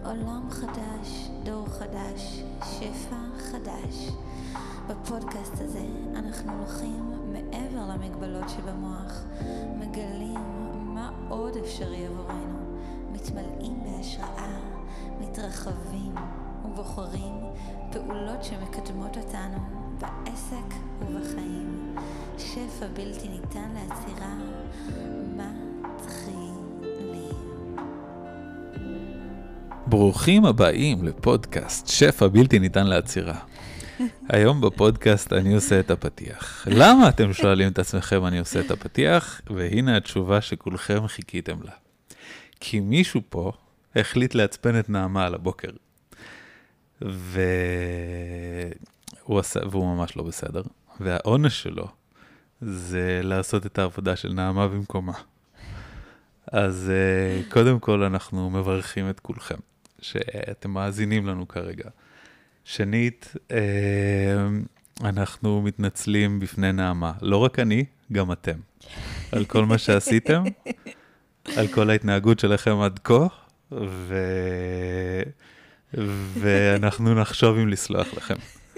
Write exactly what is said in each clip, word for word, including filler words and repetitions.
עולם חדש, דור חדש, שפע חדש. בפודקאסט הזה אנחנו הולכים מעבר למגבלות שבמוח, מגלים מה עוד אפשרי עבורנו, מתמלאים בהשראה, מתרחבים ובוחרים פעולות שמקדמות אותנו בעסק ובחיים. שפע בלתי ניתן לעצירה, מתחילים. ברוכים הבאים לפודקאסט שפע בלתי ניתן לעצירה. היום בפודקאסט אני עושה את הפתיח. למה אתם שואלים את עצמכם אני עושה את הפתיח? והנה התשובה שכולכם חיכיתם לה. כי מישהו פה החליט להצפן את נעמה על הבוקר. והוא עשה, והוא ממש לא בסדר. והעונש שלו זה לעשות את העבודה של נעמה במקומה. אז קודם כל אנחנו מברכים את כולכם, שאתם מאזינים לנו כרגע. שנית, אנחנו מתנצלים בפני נעמה. לא רק אני, גם אתם. על כל מה שעשיתם, על כל ההתנהגות שלכם עד כה, ו... ואנחנו נחשוב אם לסלוח לכם.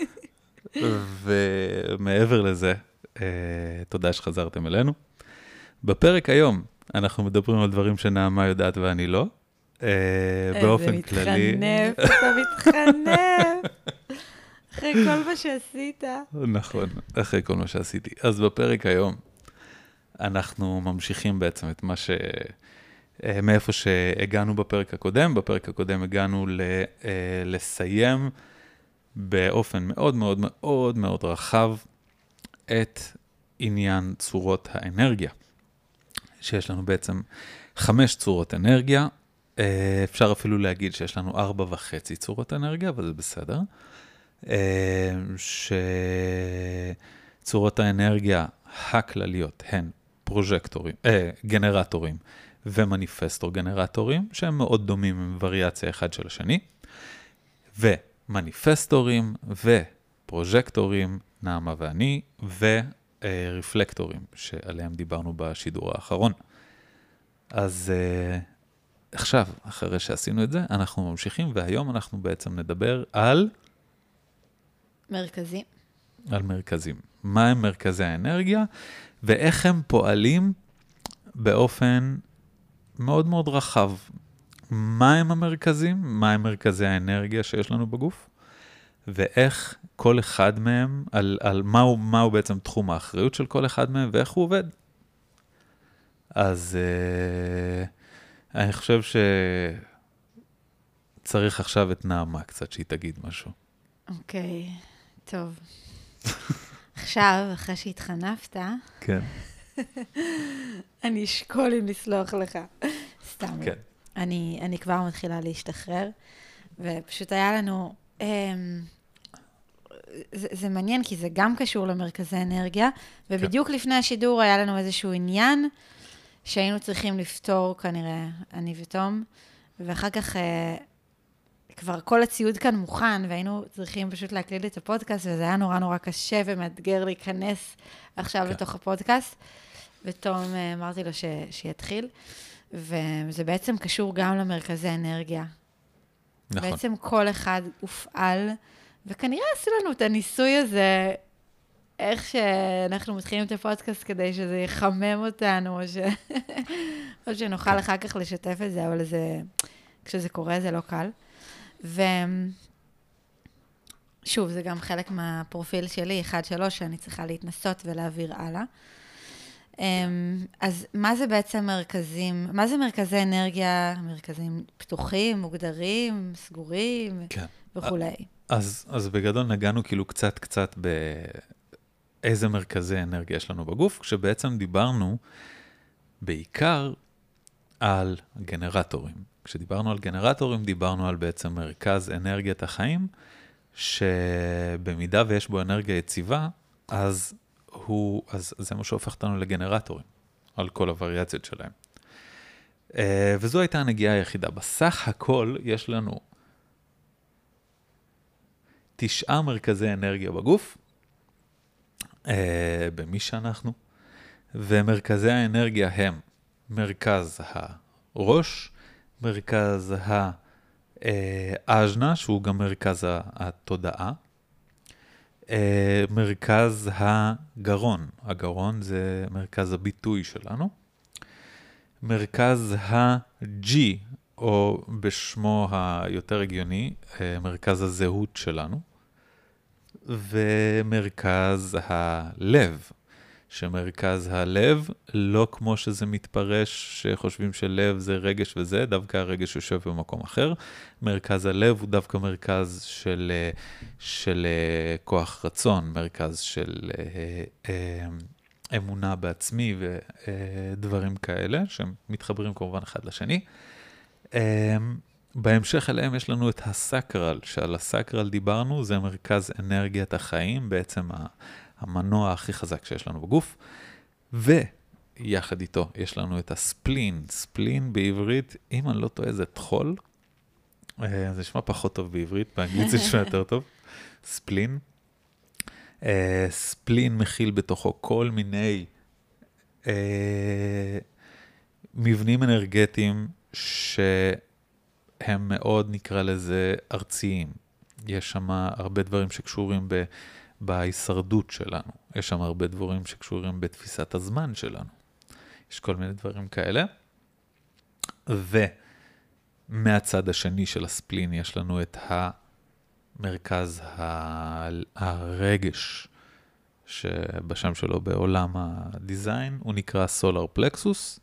ומעבר לזה, תודה שחזרתם אלינו. בפרק היום, אנחנו מדברים על דברים שנעמה יודעת ואני לא. באופן כללי... איזה מתחנף, אתה מתחנף. אחרי כל מה שעשית. נכון, אחרי כל מה שעשיתי. אז בפרק היום, אנחנו ממשיכים בעצם את מה ש... מאיפה שהגענו בפרק הקודם. בפרק הקודם הגענו ל... לסיים באופן מאוד מאוד מאוד מאוד רחב את עניין צורות האנרגיה. שיש לנו בעצם חמש צורות אנרגיה, אפשר אפילו להגיד שיש לנו ארבע וחצי צורות אנרגיה, אבל זה בסדר. שצורות האנרגיה הכלליות הן פרוז'קטורים, גנרטורים ומניפסטור גנרטורים, שהם מאוד דומים עם וריאציה אחד של השני. ומניפסטורים ופרוז'קטורים, נעמה ואני, ו... רפלקטורים, שעליהם דיברנו בשידור האחרון. אז uh, עכשיו, אחרי שעשינו את זה, אנחנו ממשיכים, והיום אנחנו בעצם נדבר על... מרכזים. על מרכזים. מה הם מרכזי האנרגיה, ואיך הם פועלים באופן מאוד מאוד רחב. מה הם המרכזים? מה הם מרכזי האנרגיה שיש לנו בגוף? ואיך כל אחד מהם, על, על מהו, מהו בעצם תחום האחריות של כל אחד מהם, ואיך הוא עובד. אז uh, אני חושב שצריך עכשיו את נעמה קצת, שהיא תגיד משהו. אוקיי, okay, טוב. עכשיו, אחרי שהתחנפת, כן. אני אשקול אם לסלוח לך. סתם. כן. אני, אני כבר מתחילה להשתחרר, ופשוט היה לנו... Um, זה, זה מעניין, כי זה גם קשור למרכזי אנרגיה, ובדיוק כן. לפני השידור היה לנו איזשהו עניין, שהיינו צריכים לפתור כנראה, אני ותום, ואחר כך אה, כבר כל הציוד כאן מוכן, והיינו צריכים פשוט להקליד את הפודקאסט, וזה היה נורא נורא קשה ומאתגר להיכנס עכשיו כן. לתוך הפודקאסט, ותום אה, אמרתי לו ש, שיתחיל, וזה בעצם קשור גם למרכזי אנרגיה. נכון. בעצם כל אחד הופעל, וכנראה עשו לנו את הניסוי הזה, איך שאנחנו מתחילים את הפודקאסט כדי שזה יחמם אותנו, או, ש... או שנוכל כן. אחר כך לשתף את זה, אבל זה... כשזה קורה זה לא קל. ושוב, זה גם חלק מהפרופיל שלי, אחד שלוש, שאני צריכה להתנסות ולהעביר הלאה. אז מה זה בעצם מרכזים? מה זה מרכזי אנרגיה? מרכזים פתוחים, מוגדרים, סגורים כן. וכולי. אז, אז בגדול נגענו כאילו קצת קצת באיזה מרכזי אנרגיה יש לנו בגוף, כשבעצם דיברנו בעיקר על גנרטורים. כשדיברנו על גנרטורים, דיברנו על בעצם מרכז אנרגיית החיים, שבמידה ויש בו אנרגיה יציבה, אז, הוא, אז זה מה שהופך אותנו לגנרטורים, על כל הווריאציות שלהם. וזו הייתה הנגיעה היחידה. בסך הכל יש לנו תשעה מרכזי אנרגיה בגוף, אה, במי שאנחנו, ומרכזי האנרגיה הם מרכז הראש, מרכז אז'נה, שהוא גם מרכז התודעה. מרכז הגרון. הגרון זה מרכז הביטוי שלנו. מרכז ה-G, או בשמו היותר הגיוני, מרכז הזהות שלנו. ומרכז הלב, שמרכז הלב, לא כמו שזה מתפרש, שחושבים שלב זה רגש וזה, דווקא הרגש יושב במקום אחר. מרכז הלב הוא דווקא מרכז של, של כוח רצון, מרכז של אמונה בעצמי ודברים כאלה, שמתחברים כמובן אחד לשני. בהמשך אליהם יש לנו את הסקרל, שעל הסקרל דיברנו, זה מרכז אנרגיית החיים, בעצם המנוע הכי חזק שיש לנו בגוף, ויחד איתו יש לנו את הספלין, ספלין בעברית, אם אני לא טועה זה תחול, זה נשמע פחות טוב בעברית, באנגלית זה נשמע יותר טוב, ספלין. ספלין מכיל בתוכו כל מיני מבנים אנרגטיים ש... הם מאוד, נקרא לזה, ארציים. יש שם הרבה דברים שקשורים ב, בהישרדות שלנו. יש שם הרבה דברים שקשורים בתפיסת הזמן שלנו. יש כל מיני דברים כאלה. ומהצד השני של הספלין יש לנו את המרכז ה... הרגש, שבשם שלו בעולם הדיזיין, הוא נקרא סולר פלקסוס,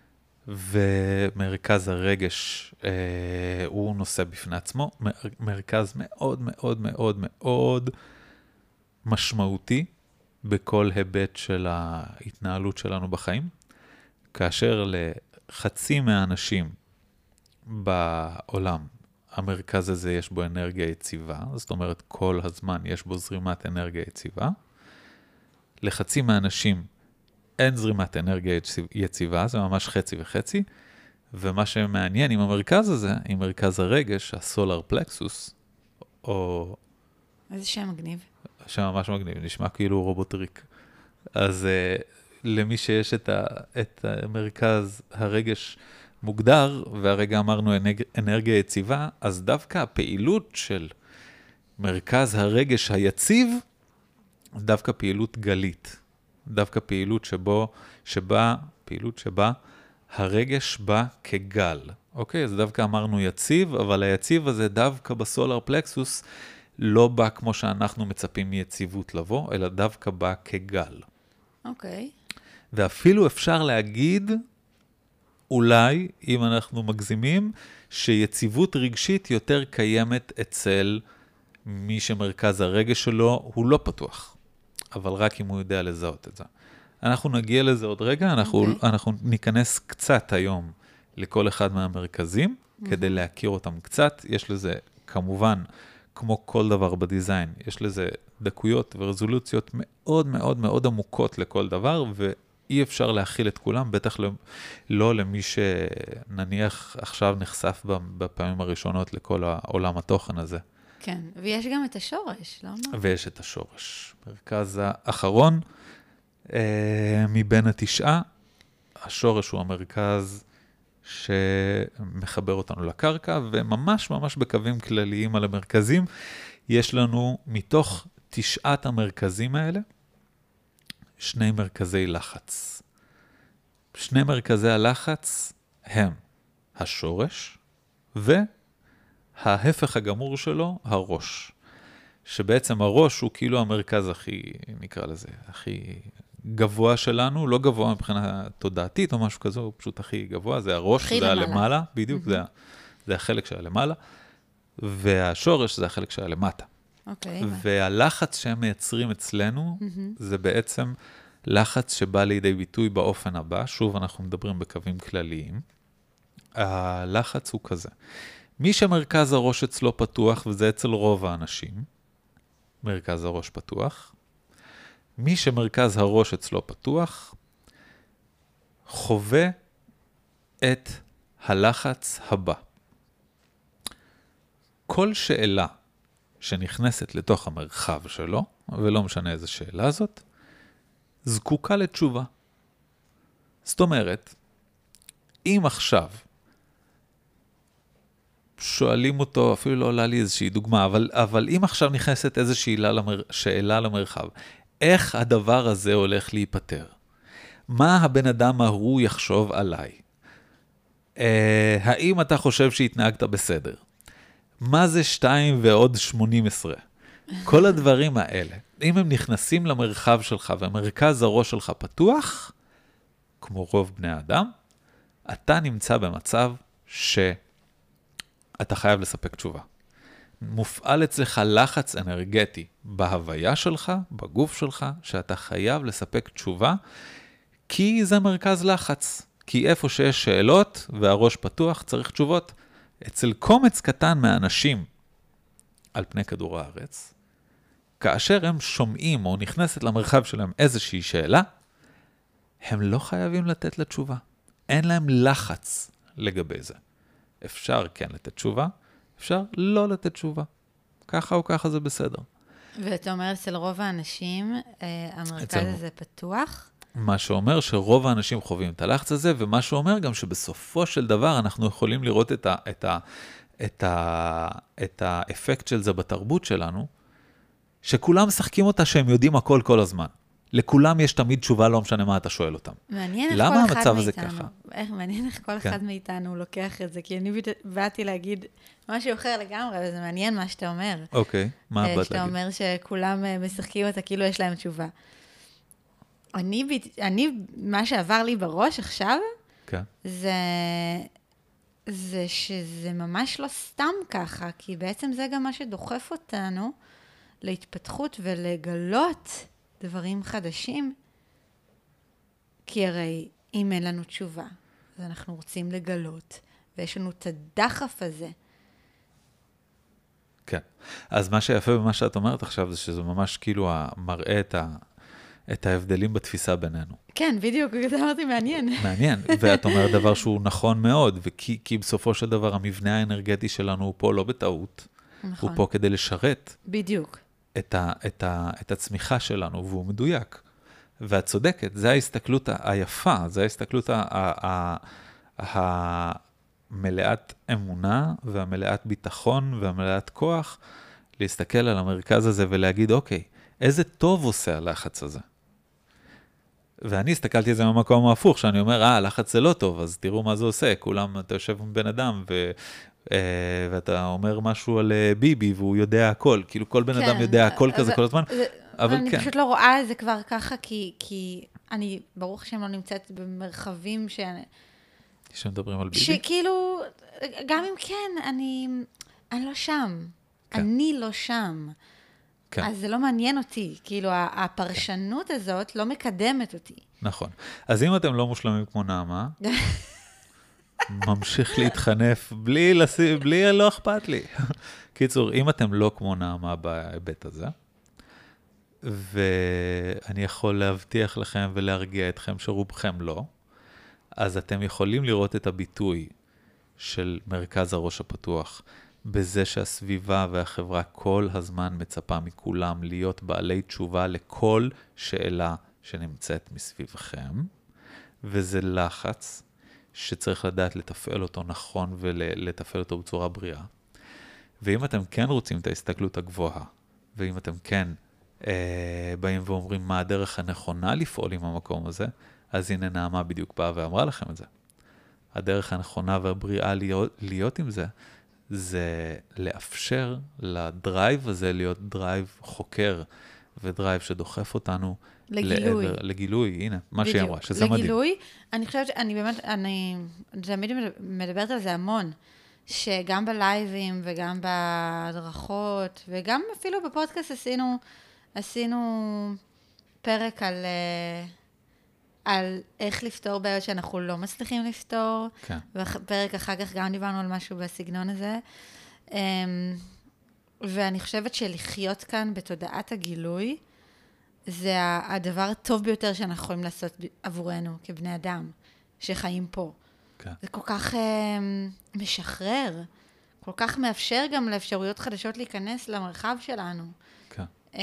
ומרכז הרגש אה, הוא נושא בפני עצמו, מרכז מאוד מאוד מאוד מאוד משמעותי בכל היבט של ההתנהלות שלנו בחיים, כאשר לחצי מהאנשים בעולם, המרכז הזה יש בו אנרגיה יציבה, זאת אומרת כל הזמן יש בו זרימת אנרגיה יציבה, לחצי מהאנשים אין זרימת אנרגיה יציבה, זה ממש חצי וחצי, ומה שמעניין עם המרכז הזה, עם מרכז הרגש, הסולר פלקסוס, או... איזה שם מגניב. שם ממש מגניב, נשמע כאילו רובוטריק. אז uh, למי שיש את, ה, את המרכז הרגש מוגדר, והרגע אמרנו אנרג, אנרגיה יציבה, אז דווקא הפעילות של מרכז הרגש היציב, דווקא פעילות גלית. דווקא פעילות שבו, שבה, פעילות שבה הרגש בא כגל. אוקיי, אז דווקא אמרנו יציב, אבל היציב הזה דווקא בסולר פלקסוס לא בא כמו שאנחנו מצפים מיציבות לבוא, אלא דווקא בא כגל. אוקיי. ואפילו אפשר להגיד, אולי, אם אנחנו מגזימים, שיציבות רגשית יותר קיימת אצל מי שמרכז הרגש שלו הוא לא פתוח. אבל רק אם הוא יודע לזהות את זה. אנחנו נגיע לזה עוד רגע, אנחנו, okay. אנחנו ניכנס קצת היום לכל אחד מהמרכזים, mm-hmm. כדי להכיר אותם קצת. יש לזה, כמובן, כמו כל דבר בדיזיין, יש לזה דקויות ורזולוציות מאוד מאוד מאוד עמוקות לכל דבר, ואי אפשר להכיל את כולם, בטח לא, לא למי שנניח עכשיו נחשף בפעמים הראשונות לכל העולם התוכן הזה. כן, ויש גם את השורש, לא? ויש את השורש. מרכז האחרון, אה, מבין התשעה, השורש הוא המרכז שמחבר אותנו לקרקע, וממש ממש בקווים כלליים על המרכזים, יש לנו מתוך תשעת המרכזים האלה, שני מרכזי לחץ. שני מרכזי הלחץ הם השורש ו... ההפך הגמור שלו, הראש. שבעצם הראש הוא כאילו המרכז הכי, נקרא לזה, הכי גבוה שלנו, לא גבוה מבחינה תודעתית או משהו כזה, הוא פשוט הכי גבוה, זה הראש, זה הלמעלה, בדיוק, mm-hmm. זה, זה החלק שהיה למעלה, והשורש זה החלק שהיה למטה. אוקיי. Okay, והלחץ שהם מייצרים אצלנו, mm-hmm. זה בעצם לחץ שבא לידי ביטוי באופן הבא, שוב אנחנו מדברים בקווים כלליים, הלחץ הוא כזה. מי שמרכז הראש אצלו פתוח, וזה אצל רוב האנשים, מרכז הראש פתוח, מי שמרכז הראש אצלו פתוח, חווה את הלחץ הבא. כל שאלה שנכנסת לתוך המרחב שלו, ולא משנה איזה שאלה זאת, זקוקה לתשובה. זאת אומרת, אם עכשיו שואלים אותו, אפילו לא עולה לי איזושהי דוגמה, אבל, אבל אם עכשיו נכנסת איזושהי למר, שאלה למרחב, איך הדבר הזה הולך להיפטר? מה הבן אדם ההוא יחשוב עליי? אה, האם אתה חושב שהתנהגת בסדר? מה זה שתיים ועוד שמונים עשרה? כל הדברים האלה, אם הם נכנסים למרחב שלך ומרכז הראש שלך פתוח, כמו רוב בני האדם, אתה נמצא במצב שאתה חייב לספק תשובה. מופעל אצלך לחץ אנרגטי בהוויה שלך, בגוף שלך, שאתה חייב לספק תשובה, כי זה מרכז לחץ. כי איפה שיש שאלות והראש פתוח צריך תשובות. אצל קומץ קטן מהאנשים על פני כדור הארץ, כאשר הם שומעים או נכנסת למרחב שלהם איזושהי שאלה, הם לא חייבים לתת לה תשובה. אין להם לחץ לגבי זה. אפשר כן לתת תשובה, אפשר לא לתת תשובה. ככה או ככה זה בסדר. ואתה אומר, אצל רוב האנשים, המרכז אצל... הזה פתוח? מה שאומר שרוב האנשים חווים את הלחץ הזה, ומה שאומר גם שבסופו של דבר אנחנו יכולים לראות את, ה, את, ה, את, ה, את האפקט של זה בתרבות שלנו, שכולם משחקים אותה שהם יודעים הכל כל הזמן. לכולם יש תמיד תשובה, לא משנה מה אתה שואל אותם. מעניין איך למה כל אחד המצב הזה מאיתנו, ככה? איך, מעניין איך כל כן. אחד מאיתנו לוקח את זה, כי אני באתי להגיד משהו אחר לגמרי, וזה מעניין מה שאתה אומר. אוקיי, מה באת להגיד? שאתה אומר שכולם משחקים אותה, כאילו יש להם תשובה. אני, אני, מה שעבר לי בראש עכשיו, כן. זה, זה שזה ממש לא סתם ככה, כי בעצם זה גם מה שדוחף אותנו להתפתחות ולגלות דברים חדשים, כי הרי אם אין לנו תשובה, אז אנחנו רוצים לגלות, ויש לנו את הדחף הזה. כן. אז מה שיפה במה שאת אומרת עכשיו, זה שזה ממש כאילו מראה את ה... את ההבדלים בתפיסה בינינו. כן, בדיוק, זה אמרתי מעניין. מעניין, ואת אומרת דבר שהוא נכון מאוד, וכי, כי בסופו של דבר המבנה האנרגטי שלנו הוא פה לא בטעות, נכון. הוא פה כדי לשרת. בדיוק. את, ה, את, ה, את הצמיחה שלנו, והוא מדויק. ואת צודקת, זה ההסתכלות היפה, זה ההסתכלות המלאת אמונה, והמלאת ביטחון, והמלאת כוח, להסתכל על המרכז הזה ולהגיד, אוקיי, איזה טוב עושה הלחץ הזה? ואני הסתכלתי על זה במקום ההפוך, שאני אומר, אה, הלחץ זה לא טוב, אז תראו מה זה עושה. כולם, אתה יושב עם בן אדם, ו, אה, ואתה אומר משהו על ביבי, והוא יודע הכל. כאילו, כל בן כן, אדם יודע הכל כזה כל הזמן. זה, אבל אני כן. פשוט לא רואה את זה כבר ככה, כי, כי אני, ברוך השם, לא נמצאת במרחבים ש... שמדברים על ביבי? שכאילו, גם אם כן, אני, אני לא שם. כן. אני לא שם. כן. אז זה לא מעניין אותי, כאילו הפרשנות כן. הזאת לא מקדמת אותי. נכון. אז אם אתם לא מושלמים כמו נעמה, ממשיך להתחנף, בלי, לסי... בלי לא אכפת לי. קיצור, אם אתם לא כמו נעמה בהיבט הזה, ואני יכול להבטיח לכם ולהרגיע אתכם שרובכם לא, אז אתם יכולים לראות את הביטוי של מרכז הראש הפתוח, בזה שהסביבה והחברה כל הזמן מצפה מכולם להיות בעלי תשובה לכל שאלה שנמצאת מסביבכם, וזה לחץ שצריך לדעת לתפעל אותו נכון ולתפעל אותו בצורה בריאה. ואם אתם כן רוצים את ההסתכלות הגבוהה, ואם אתם כן אה, באים ואומרים מה הדרך הנכונה לפעול עם המקום הזה, אז הנה נעמה בדיוק באה ואמרה לכם את זה. הדרך הנכונה והבריאה להיות, להיות עם זה, זה לאפשר לדרייב הזה להיות דרייב חוקר, ודרייב שדוחף אותנו לגילוי. לעבר, לגילוי, הנה, מה שהיא אמרה, שזה מדהים. לגילוי, אני חושבת, אני באמת, אני תמיד מדברת על זה המון, שגם בלייבים וגם בהדרכות, וגם אפילו בפודקאסט עשינו, עשינו פרק על, על איך לפתור בעיות שאנחנו לא מצליחים לפתור, כן. ופרק אחר כך גם דיברנו על משהו בסגנון הזה, ואני חושבת שלחיות כאן בתודעת הגילוי, זה הדבר הטוב ביותר שאנחנו יכולים לעשות עבורנו כבני אדם, שחיים פה. כן. זה כל כך uh, משחרר, כל כך מאפשר גם לאפשרויות חדשות להיכנס למרחב שלנו. כן. Um,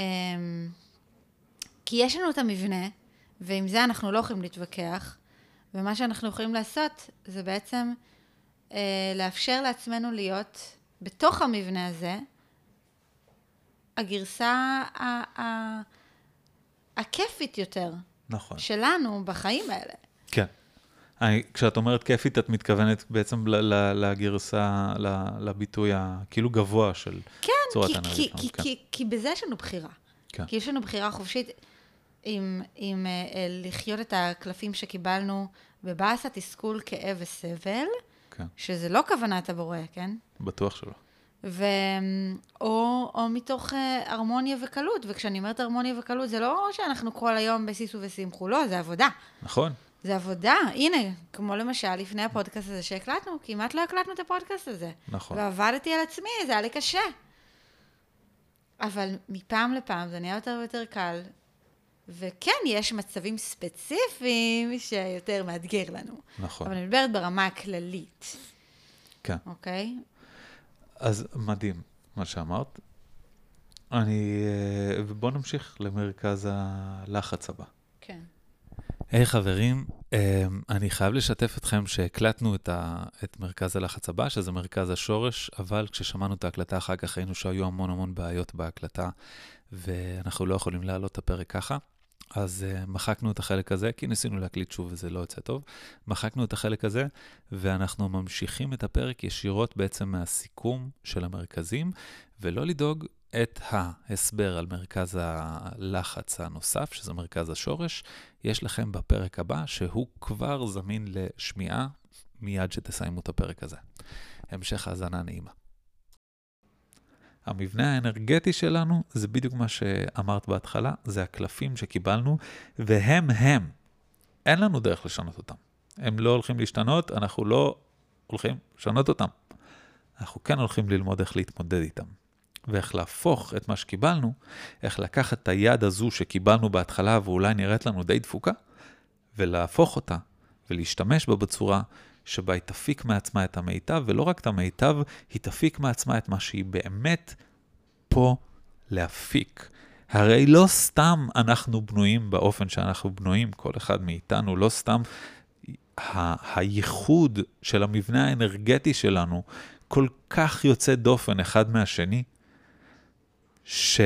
כי יש לנו את המבנה, ועם זה אנחנו לא יכולים להתווכח, ומה שאנחנו יכולים לעשות, זה בעצם uh, לאפשר לעצמנו להיות בתוך המבנה הזה, הגרסה ה- ה- הכיפית יותר. נכון. שלנו בחיים האלה. כן. אני, כשאת אומרת כיפית, את מתכוונת בעצם ל- ל- לגרסה, ל- לביטוי הכאילו גבוה של כן, צורת כי, האנרגיה כי, שלנו. כי, כן. כי, כי בזה יש לנו בחירה. כן. כי יש לנו בחירה חופשית עם, עם אה, לחיות את הקלפים שקיבלנו בבאסה, תסכול, כאב וסבל, כן. שזה לא כוונת הבורא, כן? בטוח שלא. ו... או, או מתוך אה, הרמוניה וקלות, וכשאני אומרת הרמוניה וקלות, זה לא שאנחנו כל היום בסיסו ושמחו, לא, זה עבודה. נכון. זה עבודה, הנה, כמו למשל, לפני הפודקאסט הזה שהקלטנו, כמעט לא הקלטנו את הפודקאסט הזה. נכון. ועבדתי על עצמי, זה היה לי קשה. אבל מפעם לפעם זה נהיה יותר ויותר קל, וכן, יש מצבים ספציפיים שיותר מאתגר לנו. נכון. אבל אני מדברת ברמה הכללית. כן. אוקיי? אז מדהים מה שאמרת. אני, ובוא נמשיך למרכז הלחץ הבא. כן. היי hey, חברים, אני חייב לשתף אתכם שהקלטנו את, ה, את מרכז הלחץ הבא, שזה מרכז השורש, אבל כששמענו את ההקלטה אחר כך ראינו שהיו המון המון בעיות בהקלטה, ואנחנו לא יכולים להעלות את הפרק ככה. אז uh, מחקנו את החלק הזה, כי ניסינו להקליט שוב וזה לא יוצא טוב. מחקנו את החלק הזה, ואנחנו ממשיכים את הפרק ישירות בעצם מהסיכום של המרכזים, ולא לדאוג את ההסבר על מרכז הלחץ הנוסף, שזה מרכז השורש, יש לכם בפרק הבא, שהוא כבר זמין לשמיעה מיד שתסיימו את הפרק הזה. המשך האזנה נעימה. המבנה האנרגטי שלנו, זה בדיוק מה שאמרת בהתחלה, זה הקלפים שקיבלנו, והם הם. אין לנו דרך לשנות אותם. הם לא הולכים להשתנות, אנחנו לא הולכים לשנות אותם. אנחנו כן הולכים ללמוד איך להתמודד איתם. ואיך להפוך את מה שקיבלנו, איך לקחת את היד הזו שקיבלנו בהתחלה, ואולי נראית לנו די דפוקה, ולהפוך אותה, ולהשתמש בה בצורה שבה היא תפיק מעצמה את המיטב, ולא רק את המיטב, היא תפיק מעצמה את מה שהיא באמת פה להפיק. הרי לא סתם אנחנו בנויים באופן שאנחנו בנויים, כל אחד מאיתנו, לא סתם ה- הייחוד של המבנה האנרגטי שלנו, כל כך יוצא דופן אחד מהשני, ש,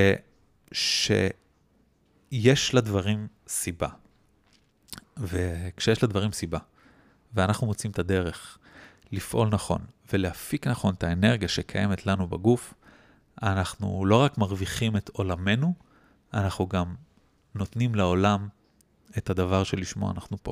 שיש לדברים סיבה. וכשיש לדברים סיבה, ואנחנו מוצאים את הדרך לפעול נכון, ולהפיק נכון את האנרגיה שקיימת לנו בגוף, אנחנו לא רק מרוויחים את עולמנו, אנחנו גם נותנים לעולם את הדבר שלשמו אנחנו פה.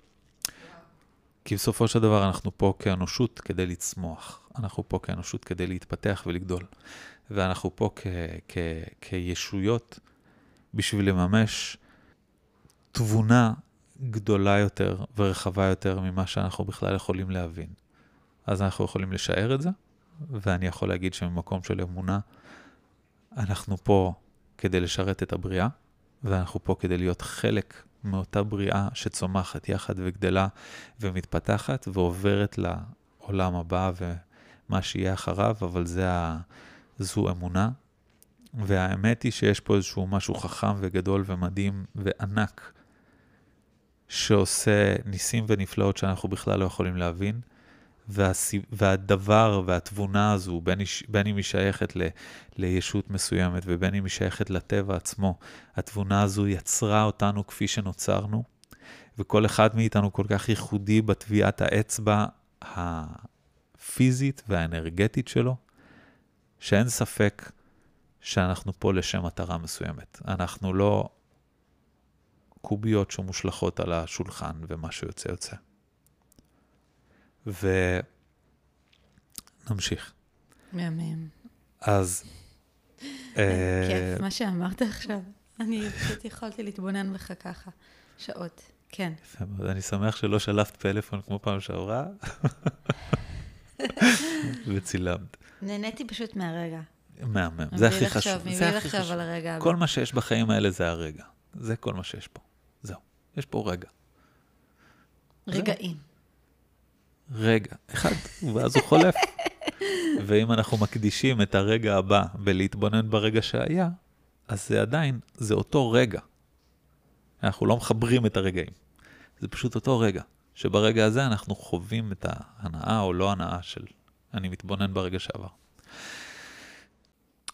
כי בסופו של דבר אנחנו פה כאנושות כדי לצמוח. אנחנו פה כאנושות כדי להתפתח ולגדול. ואנחנו פה כ- כ- כישויות בשביל לממש תבונה גדולה יותר ורחבה יותר ממה שאנחנו בכלל יכולים להבין. אז אנחנו יכולים לשער את זה, ואני יכול להגיד שממקום של אמונה, אנחנו פה כדי לשרת את הבריאה, ואנחנו פה כדי להיות חלק מאותה בריאה שצומחת יחד וגדלה ומתפתחת ועוברת לעולם הבא ומה שיהיה אחריו, אבל זה ה... זו אמונה, והאמת היא שיש פה איזשהו משהו חכם וגדול ומדהים וענק, שעושה ניסים ונפלאות שאנחנו בכלל לא יכולים להבין, והסי... והדבר והתבונה הזו, בין, איש... בין אם היא שייכת ל... לישות מסוימת, ובין אם היא שייכת לטבע עצמו, התבונה הזו יצרה אותנו כפי שנוצרנו, וכל אחד מאיתנו כל כך ייחודי בטביעת האצבע הפיזית והאנרגטית שלו, שאין ספק שאנחנו פה לשם מטרה מסוימת. אנחנו לא קוביות שמושלחות על השולחן ומה שיוצא יוצא. ונמשיך. מהמם. אז... כיף, מה שאמרת עכשיו. אני פשוט יכולתי להתבונן בך ככה. שעות. כן. אני שמח שלא שלפת פלאפון כמו פעם שעברה. וצילמת. נהניתי פשוט מהרגע. מהמם, זה הכי חשוב. מביא לחשוב על הרגע. כל מה שיש בחיים האלה זה הרגע. זה כל מה שיש פה. זהו. יש פה רגע. רגעים. רגע, אחד, ואז הוא חולף. ואם אנחנו מקדישים את הרגע הבא ולהתבונן ברגע שהיה, אז זה עדיין, זה אותו רגע. אנחנו לא מחברים את הרגעים. זה פשוט אותו רגע, שברגע הזה אנחנו חווים את ההנאה או לא הנאה של אני מתבונן ברגע שעבר.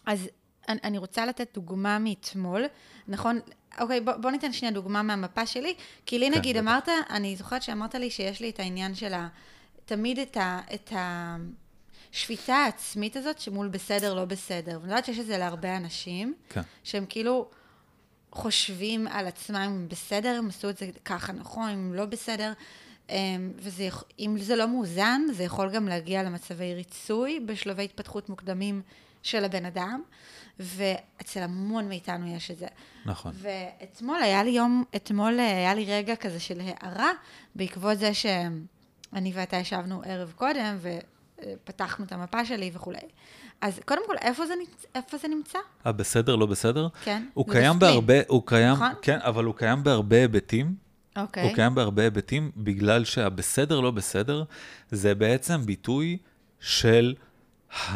אז אני, אני רוצה לתת דוגמה מאתמול, נכון? אוקיי, בוא, בוא ניתן שנייה דוגמה מהמפה שלי, כי לי כן, נגיד בטח. אמרת, אני זוכרת שאמרת לי שיש לי את העניין של ה... תמיד את ה... את ה שפיטה העצמית הזאת, שמול בסדר, לא בסדר. ואני יודעת שיש את זה להרבה אנשים, כן. שהם כאילו חושבים על עצמם, אם בסדר, הם עשו את זה ככה נכון, אם לא בסדר, ואם זה לא מאוזן, זה יכול גם להגיע למצבי ריצוי, בשלבי התפתחות מוקדמים של הבן אדם, ואצל המון מאיתנו יש את זה. נכון. ואתמול היה לי יום, אתמול היה לי רגע כזה של הערה, בעקבות זה שאני ואתה ישבנו ערב קודם, ופתחנו את המפה שלי וכו'. אז קודם כל, איפה זה, איפה זה נמצא? הבסדר, לא בסדר? כן. הוא קיים בהרבה, הוא קיים, נכון? כן, אבל הוא קיים בהרבה היבטים. אוקיי. הוא קיים בהרבה היבטים, בגלל שהבסדר, לא בסדר, זה בעצם ביטוי של ה...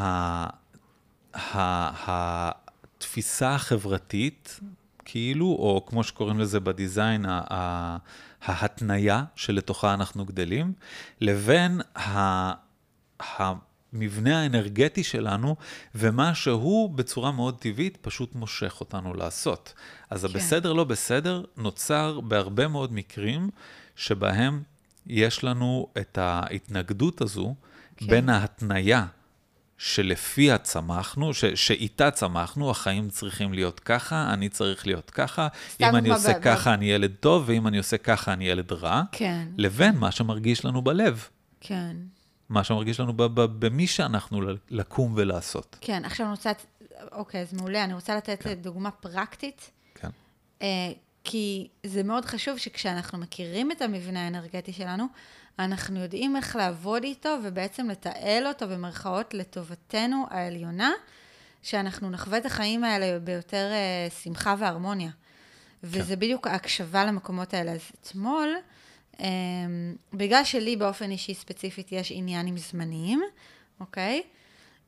ה... התפיסה החברתית, כאילו, או כמו שקוראים לזה בדיזיין, ה... ההתניה שלתוכה אנחנו גדלים, לבין ה... המבנה האנרגטי שלנו, ומה שהוא בצורה מאוד טבעית פשוט מושך אותנו לעשות. אז כן. הבסדר לא בסדר נוצר בהרבה מאוד מקרים, שבהם יש לנו את ההתנגדות הזו, כן. בין ההתניה שלפיה צמחנו, ש- שאיתה צמחנו, החיים צריכים להיות ככה, אני צריך להיות ככה, אם אני עושה ב- ככה ב- אני ילד טוב, ואם אני עושה ככה אני ילד רע, כן. לבין מה שמרגיש לנו בלב. כן. מה שמרגיש לנו במי שאנחנו לקום ולעשות. כן, עכשיו אני רוצה, אוקיי, אז מעולה, אני רוצה לתת כן. דוגמה פרקטית, כן. אה, כי זה מאוד חשוב שכשאנחנו מכירים את המבנה האנרגטי שלנו, אנחנו יודעים איך לעבוד איתו, ובעצם לתעל אותו במרכאות לטובתנו העליונה, שאנחנו נחווה את החיים האלה ביותר אה, שמחה והרמוניה. כן. וזה בדיוק ההקשבה למקומות האלה. אז אתמול, Um, בגלל שלי באופן אישי ספציפית יש עניין עם זמנים, אוקיי? Um,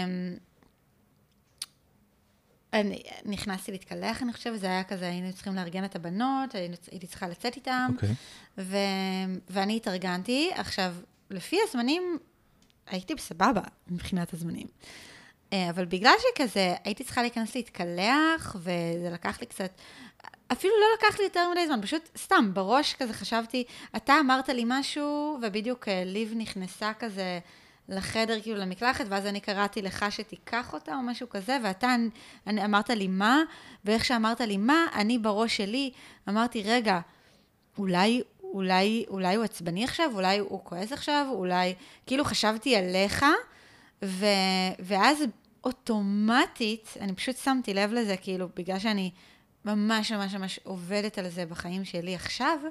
אני נכנסתי להתקלח, אני חושבת, זה היה כזה, היינו צריכים לארגן את הבנות, הייתי צריכה לצאת איתם, אוקיי. ו, ואני התארגנתי. עכשיו, לפי הזמנים, הייתי בסבבה מבחינת הזמנים. אבל בגלל שכזה, הייתי צריכה להיכנס להתקלח, וזה לקח לי קצת... אפילו לא לקח לי יותר מדי זמן, פשוט סתם, בראש כזה חשבתי, אתה אמרת לי משהו, ובדיוק ליב נכנסה כזה לחדר, כאילו למקלחת, ואז אני קראתי לך שתיקח אותה או משהו כזה, ואתה אני, אמרת לי מה, ואיך שאמרת לי מה, אני בראש שלי אמרתי, רגע, אולי, אולי, אולי הוא עצבני עכשיו, אולי הוא כועס עכשיו, אולי, כאילו חשבתי עליך, ו, ואז אוטומטית, אני פשוט שמתי לב לזה, כאילו, בגלל שאני... ממש ממש ממש עובדת על זה בחיים שלי עכשיו,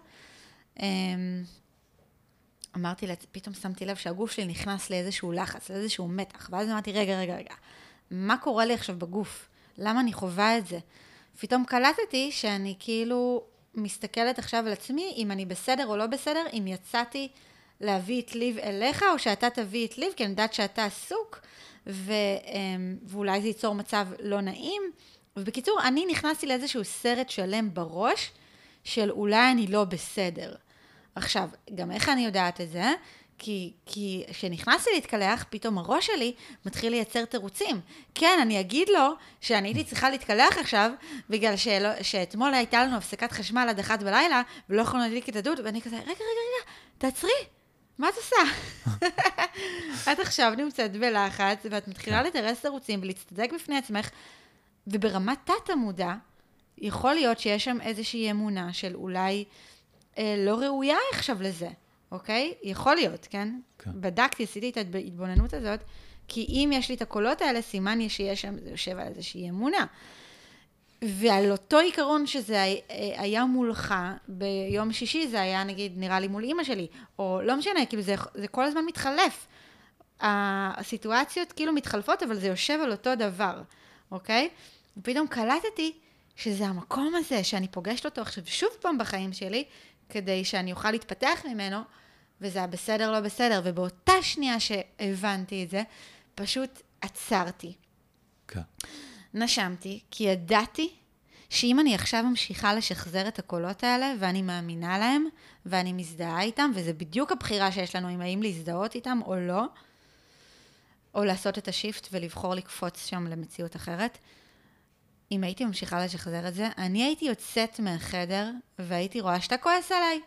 אמרתי לה, פתאום שמתי לב שהגוף שלי נכנס לאיזשהו לחץ, לאיזשהו מתח, ואז אמרתי, רגע, רגע, רגע, מה קורה לי עכשיו בגוף? למה אני חווה את זה? פתאום קלטתי שאני כאילו מסתכלת עכשיו על עצמי, אם אני בסדר או לא בסדר, אם יצאתי להביא את ליב אליך, או שאתה תביא את ליב, כי אני יודעת שאתה עסוק, ו, ואולי זה ייצור מצב לא נעים, ובקיצור, אני נכנסתי לאיזשהו סרט שלם בראש, של אולי אני לא בסדר. עכשיו, גם איך אני יודעת את זה? כי, כי כשנכנסתי להתקלח, פתאום הראש שלי מתחיל לייצר תירוצים. כן, אני אגיד לו שאני הייתי צריכה להתקלח עכשיו, בגלל שלא, שאתמול הייתה לנו הפסקת חשמל עד אחת בלילה, ולא יכולנו להדליק את הדוד, ואני כזה, רגע, רגע, רגע, תעצרי, מה את עושה? את עכשיו נמצאת בלחץ, ואת מתחילה לתרס תירוצים, ולהצטדק בפני עצמך, וברמת תת המודע, יכול להיות שיש שם איזושהי אמונה של אולי אה, לא ראויה עכשיו לזה, אוקיי? יכול להיות, כן? כן. בדקתי, עשיתי את ההתבוננות הזאת, כי אם יש לי את הקולות האלה, סימן יש שיש שם, זה יושב על איזושהי אמונה. ועל אותו עיקרון שזה היה מולך, ביום שישי זה היה, נגיד, נראה לי מול אמא שלי, או לא משנה, כאילו זה, זה כל הזמן מתחלף. הסיטואציות כאילו מתחלפות, אבל זה יושב על אותו דבר, אוקיי? ופתאום קלטתי שזה המקום הזה, שאני פוגשת אותו עכשיו שוב פעם בחיים שלי, כדי שאני אוכל להתפתח ממנו, וזה היה בסדר, לא בסדר, ובאותה שנייה שהבנתי את זה, פשוט עצרתי. כן. נשמתי, כי ידעתי שאם אני עכשיו ממשיכה לשחזר את הקולות האלה, ואני מאמינה להם, ואני מזדהה איתם, וזה בדיוק הבחירה שיש לנו, אם האם להזדהות איתם או לא, או לעשות את השיפט ולבחור לקפוץ שם למציאות אחרת. אם הייתי ממשיכה לשחזר את זה, אני הייתי יוצאת מהחדר והייתי רואה שאתה כועס עליי.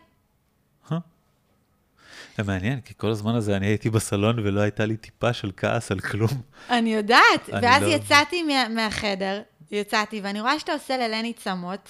זה מעניין, כי כל הזמן הזה אני הייתי בסלון ולא הייתה לי טיפה של כעס על כלום. אני יודעת, ואז יצאתי מהחדר, יצאתי, ואני רואה שאתה עושה ללני צמות,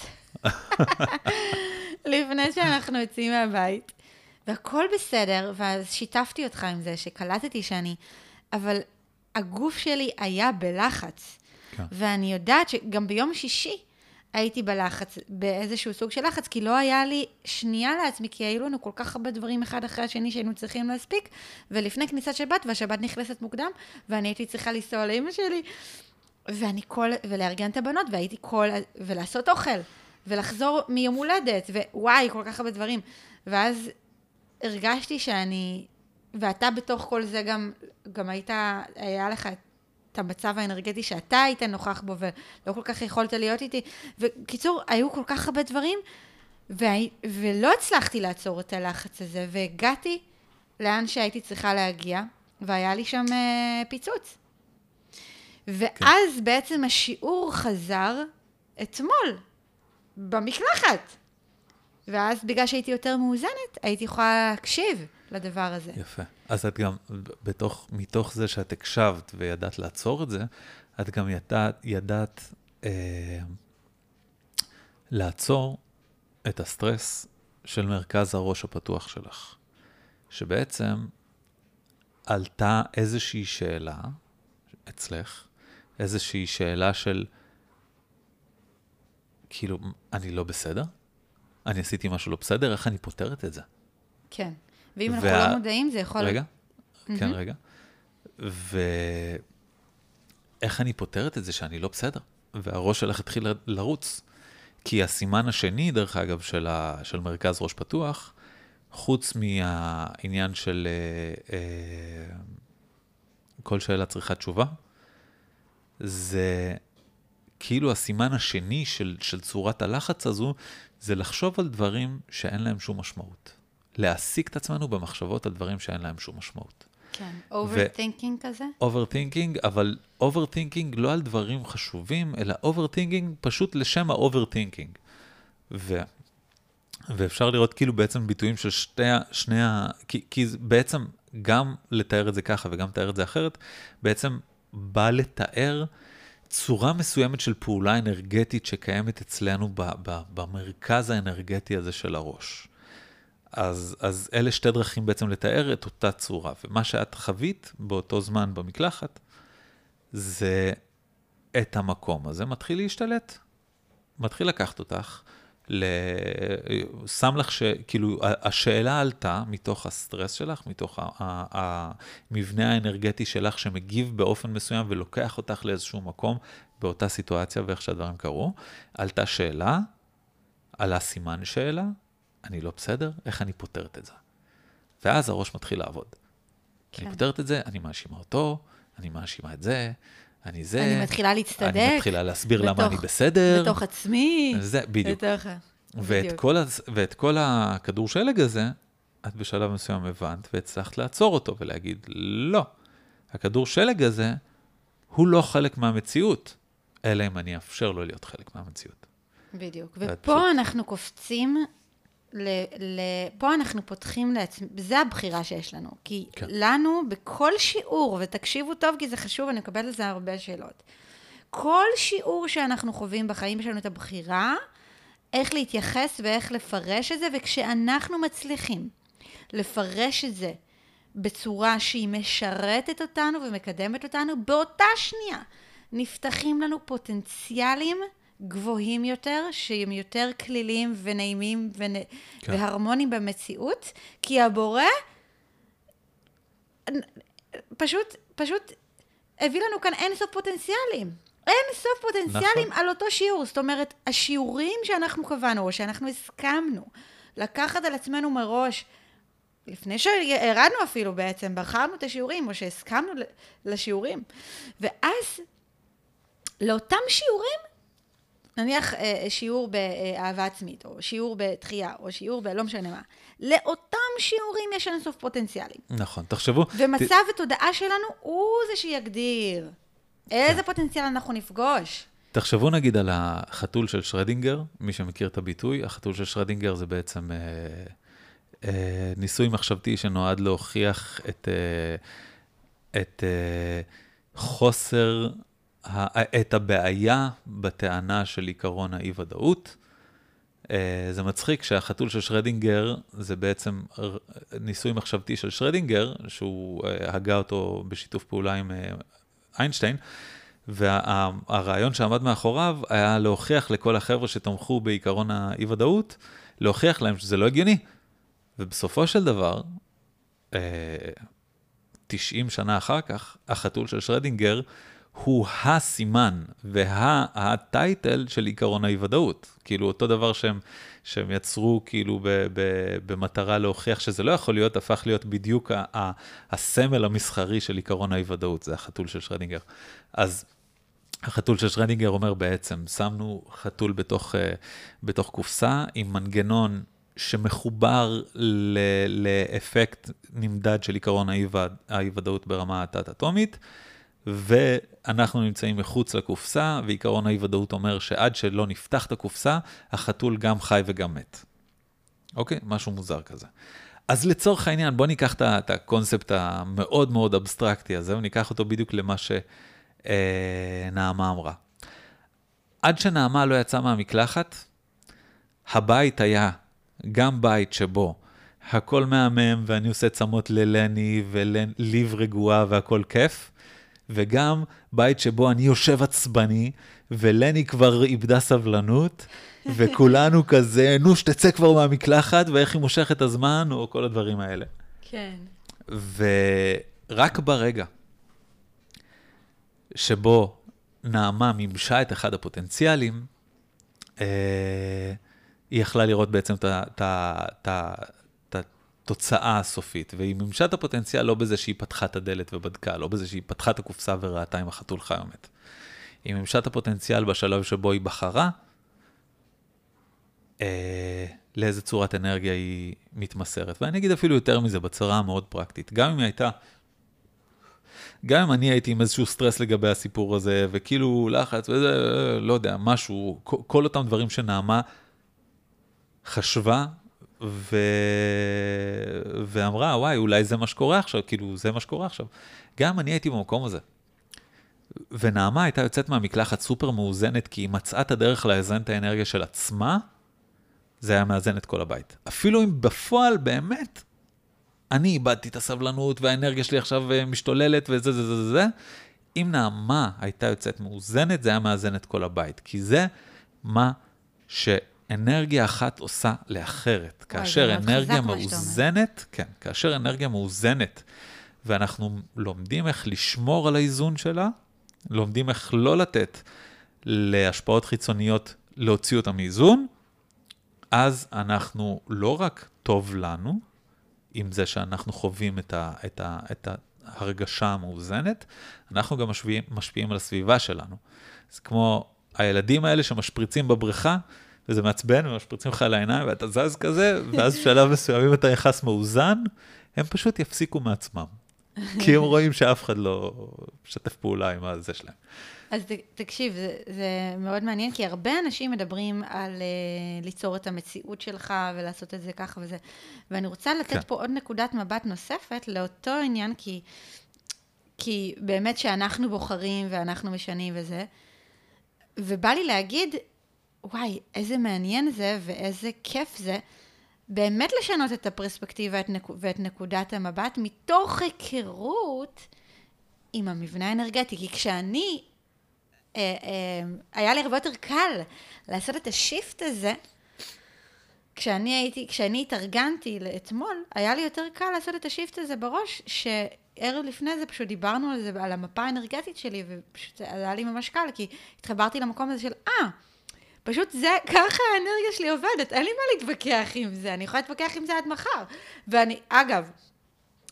לפני שאנחנו יוצאים מהבית, והכל בסדר, ואז שיתפתי אותך עם זה, שקלטתי שאני, אבל הגוף שלי היה בלחץ, ואני יודעת שגם ביום שישי, הייתי בלחץ, באיזשהו סוג של לחץ, כי לא היה לי שנייה לעצמי, כי היו לנו כל כך הרבה דברים אחד אחרי השני שהיינו צריכים להספיק, ולפני כניסת שבת, והשבת נכנסת מוקדם, ואני הייתי צריכה לנסוע לאמא שלי, ואני כל, ולארגן את הבנות, והייתי כל, ולעשות אוכל, ולחזור מיום הולדת, ווואי, כל כך הרבה דברים. ואז הרגשתי שאני, ואתה בתוך כל זה גם, גם היית, היה לך את, את המצב האנרגטי שאתה היית נוכח בו, ולא כל כך יכולת להיות איתי. וקיצור, היו כל כך הרבה דברים, ו... ולא הצלחתי לעצור את הלחץ הזה, והגעתי לאן שהייתי צריכה להגיע, והיה לי שם uh, פיצוץ. ואז כן. בעצם השיעור חזר אתמול, במקלחת. ואז בגלל שהייתי יותר מאוזנת, הייתי יכולה להקשיב לדבר הזה. יפה. אז את גם, בתוך, מתוך זה שאת הקשבת וידעת לעצור את זה, את גם ידעת, ידעת אה, לעצור את הסטרס של מרכז הראש הפתוח שלך. שבעצם עלתה איזושהי שאלה אצלך, איזושהי שאלה של, כאילו, אני לא בסדר? אני עשיתי משהו לא בסדר? איך אני פותרת את זה? כן. ואם אנחנו לא מודעים, זה יכול... רגע, כן, רגע. ואיך אני פותרת את זה שאני לא בסדר? והראש שלך התחיל לרוץ. כי הסימן השני, דרך אגב, של מרכז ראש פתוח, חוץ מהעניין של כל שאלה צריכה תשובה, זה כאילו הסימן השני של צורת הלחץ הזו, זה לחשוב על דברים שאין להם שום משמעות. להעסיק את עצמנו במחשבות על דברים שאין להם שום משמעות. כן, overthinking כזה? overthinking, אבל overthinking לא על דברים חשובים, אלא overthinking פשוט לשם ה-overthinking. ו... ואפשר לראות כאילו בעצם ביטויים של שתי, שני ה... כי, כי בעצם גם לתאר את זה ככה וגם לתאר את זה אחרת, בעצם בא לתאר צורה מסוימת של פעולה אנרגטית שקיימת אצלנו ב, ב, במרכז האנרגטי הזה של הראש. אז, אז אלה שתי דרכים בעצם לתאר את אותה צורה. ומה שאת חווית באותו זמן במקלחת, זה את המקום הזה מתחיל להשתלט. מתחיל לקחת אותך, שם לך שכאילו השאלה עלתה מתוך הסטרס שלך, מתוך המבנה האנרגטי שלך שמגיב באופן מסוים ולוקח אותך לאיזשהו מקום באותה סיטואציה ואיך שהדברים קרו. עלתה שאלה, עלה סימן שאלה, אני לא בסדר, איך אני פותרת את זה? ואז הראש מתחיל לעבוד. כן. אני פותרת את זה, אני מאשימה אותו, אני מאשימה את זה, אני זה. אני מתחילה להצטדק. אני מתחילה להסביר בתוך, למה אני בסדר. בתוך עצמי. זה, בדיוק. בתוך, ואת בדיוק. כל, ואת כל הכדור שלג הזה, את בשלב מסוים הבנת, והצלחת לעצור אותו ולהגיד, לא. הכדור שלג הזה, הוא לא חלק מהמציאות, אלא אם אני אפשר לו להיות חלק מהמציאות. בדיוק. ופה פשוט... אנחנו קופצים... ל, ל, פה אנחנו פותחים לעצמי, זה הבחירה שיש לנו, כי כן. לנו בכל שיעור, ותקשיבו טוב כי זה חשוב, אני מקבל לזה הרבה שאלות, כל שיעור שאנחנו חווים בחיים שלנו את הבחירה, איך להתייחס ואיך לפרש את זה, וכשאנחנו מצליחים לפרש את זה בצורה שהיא משרתת אותנו ומקדמת אותנו, באותה שנייה נפתחים לנו פוטנציאלים, גבוהים יותר, שהם יותר כליליים ונעימים ונ... כן. והרמונים במציאות, כי הבורא פשוט, פשוט הביא לנו כאן אין סוף פוטנציאלים. אין סוף פוטנציאלים נכון. על אותו שיעור. זאת אומרת, השיעורים שאנחנו קבענו, או שאנחנו הסכמנו, לקחת על עצמנו מראש, לפני שהרדנו אפילו בעצם, בחרנו את השיעורים, או שהסכמנו לשיעורים. ואז, לאותם שיעורים, נניח אה, שיעור באהבה עצמית, או שיעור בתחייה, או שיעור בלא משנה מה. לאותם שיעורים יש אינסוף פוטנציאלים. נכון, תחשבו. ומצב ת... ותודעה שלנו הוא זה שיגדיר. איזה כן. פוטנציאל אנחנו נפגוש. תחשבו נגיד על החתול של שרדינגר, מי שמכיר את הביטוי, החתול של שרדינגר זה בעצם אה, אה, ניסוי מחשבתי שנועד להוכיח את, אה, את אה, חוסר, ה, את הבעיה בטענה של עיקרון האי-ודאות. אה, זה מצחיק שהחתול של שרדינגר זה בעצם ניסוי מחשבתי של שרדינגר, שהוא אה, הגה אותו בשיתוף פעולה עם אה, איינשטיין, והרעיון שעמד מאחוריו היה להוכיח לכל החבר'ה שתמכו בעיקרון האי-ודאות, להוכיח להם שזה לא הגיוני. ובסופו של דבר, תשעים שנה אחר כך, החתול של שרדינגר הוא הסימן והטייטל של עיקרון האי-ודאות. כאילו אותו דבר שהם, שהם יצרו כאילו ב, ב, במטרה להוכיח שזה לא יכול להיות, הפך להיות בדיוק ה, ה, הסמל המסחרי של עיקרון האי-ודאות, זה החתול של שרדינגר. אז החתול של שרדינגר אומר בעצם, שמנו חתול בתוך, בתוך קופסה עם מנגנון שמחובר ל, לאפקט נמדד של עיקרון האי-ודאות ברמה התת-אטומית, ואנחנו נמצאים מחוץ לקופסה, ועיקרון האי-ודאות אומר שעד שלא נפתח את הקופסה, החתול גם חי וגם מת. אוקיי? משהו מוזר כזה. אז לצורך העניין, בוא ניקח את הקונספט המאוד מאוד אבסטרקטי הזה, וניקח אותו בדיוק למה שנעמה אמרה. עד שנעמה לא יצאה מהמקלחת, הבית היה גם בית שבו הכל מהמם, ואני עושה צמות ללני, וליב רגועה והכל כיף, וגם בית שבו אני יושב עצבני, ולני כבר איבדה סבלנות, וכולנו כזה, נו, שתצא כבר מהמקלחת, ואיך היא מושך את הזמן, או כל הדברים האלה. כן. ורק ברגע שבו נעמה מימשה את אחד הפוטנציאלים, אה, היא יכלה לראות בעצם את התוצאה הסופית, והיא מימשה את הפוטנציאל לא בזה שהיא פתחה את הדלת ובדקה, לא בזה שהיא פתחה את הקופסה וראתה עם החתול חי ומת. היא מימשה את הפוטנציאל בשלב שבו היא בחרה, אה, לאיזה צורת אנרגיה היא מתמסרת. ואני אגיד אפילו יותר מזה בצורה המאוד פרקטית. גם אם היא הייתה, גם אם אני הייתי עם איזשהו סטרס לגבי הסיפור הזה, וכאילו לחץ, וזה, לא יודע, משהו, כל אותם דברים שנעמה חשבה, ו... ואמרה, וואי, אולי זה מה שקורה עכשיו, כאילו, זה מה שקורה עכשיו. גם אני הייתי במקום הזה. ונעמה הייתה יוצאת מהמקלחת סופר מאוזנת, כי היא מצאה את הדרך לאזן את האנרגיה של עצמה, זה היה מאזן את כל הבית. אפילו אם בפועל באמת, אני איבדתי את הסבלנות, והאנרגיה שלי עכשיו משתוללת, וזה, זה, זה, זה, זה. אם נעמה הייתה יוצאת מאוזנת, זה היה מאזן את כל הבית. כי זה מה שאנרגיה אחת עושה לאחרת. כאשר אנרגיה מאוזנת, כן, כאשר אנרגיה מאוזנת, ואנחנו לומדים איך לשמור על האיזון שלה, לומדים איך לא לתת להשפעות חיצוניות להוציא אותה מאיזון, אז אנחנו לא רק טוב לנו, עם זה שאנחנו חווים את, ה, את, ה, את ההרגשה המאוזנת, אנחנו גם משפיעים, משפיעים על הסביבה שלנו. זה כמו הילדים האלה שמשפריצים בבריכה, וזה מעצבן, ומשפריצים לך על העיניים, ואתה זז כזה, ואז בשלב מסוימים אתה יחס מאוזן, הם פשוט יפסיקו מעצמם. כי הם רואים שאף אחד לא משתף פעולה עם הזה שלהם. אז תקשיב, זה, זה מאוד מעניין, כי הרבה אנשים מדברים על uh, ליצור את המציאות שלך, ולעשות את זה ככה וזה. ואני רוצה לתת כן. פה עוד נקודת מבט נוספת, לאותו עניין, כי, כי באמת שאנחנו בוחרים, ואנחנו משנים וזה, ובא לי להגיד, וואי, איזה מעניין זה, ואיזה כיף זה, באמת לשנות את הפרספקטיבה ואת נקודת המבט, מתוך היכרות עם המבנה האנרגטי. כי כשאני, אה, אה, היה לי הרבה יותר קל לעשות את השיפט הזה, כשאני הייתי, כשאני התארגנתי לאתמול, היה לי יותר קל לעשות את השיפט הזה בראש, שערב לפני זה פשוט דיברנו על זה, על המפה האנרגטית שלי, ופשוט זה היה לי ממש קל, כי התחברתי למקום הזה של, אה, פשוט זה, ככה האנרגיה שלי עובדת, אין לי מה להתווכח עם זה, אני יכולה להתווכח עם זה עד מחר. ואני, אגב,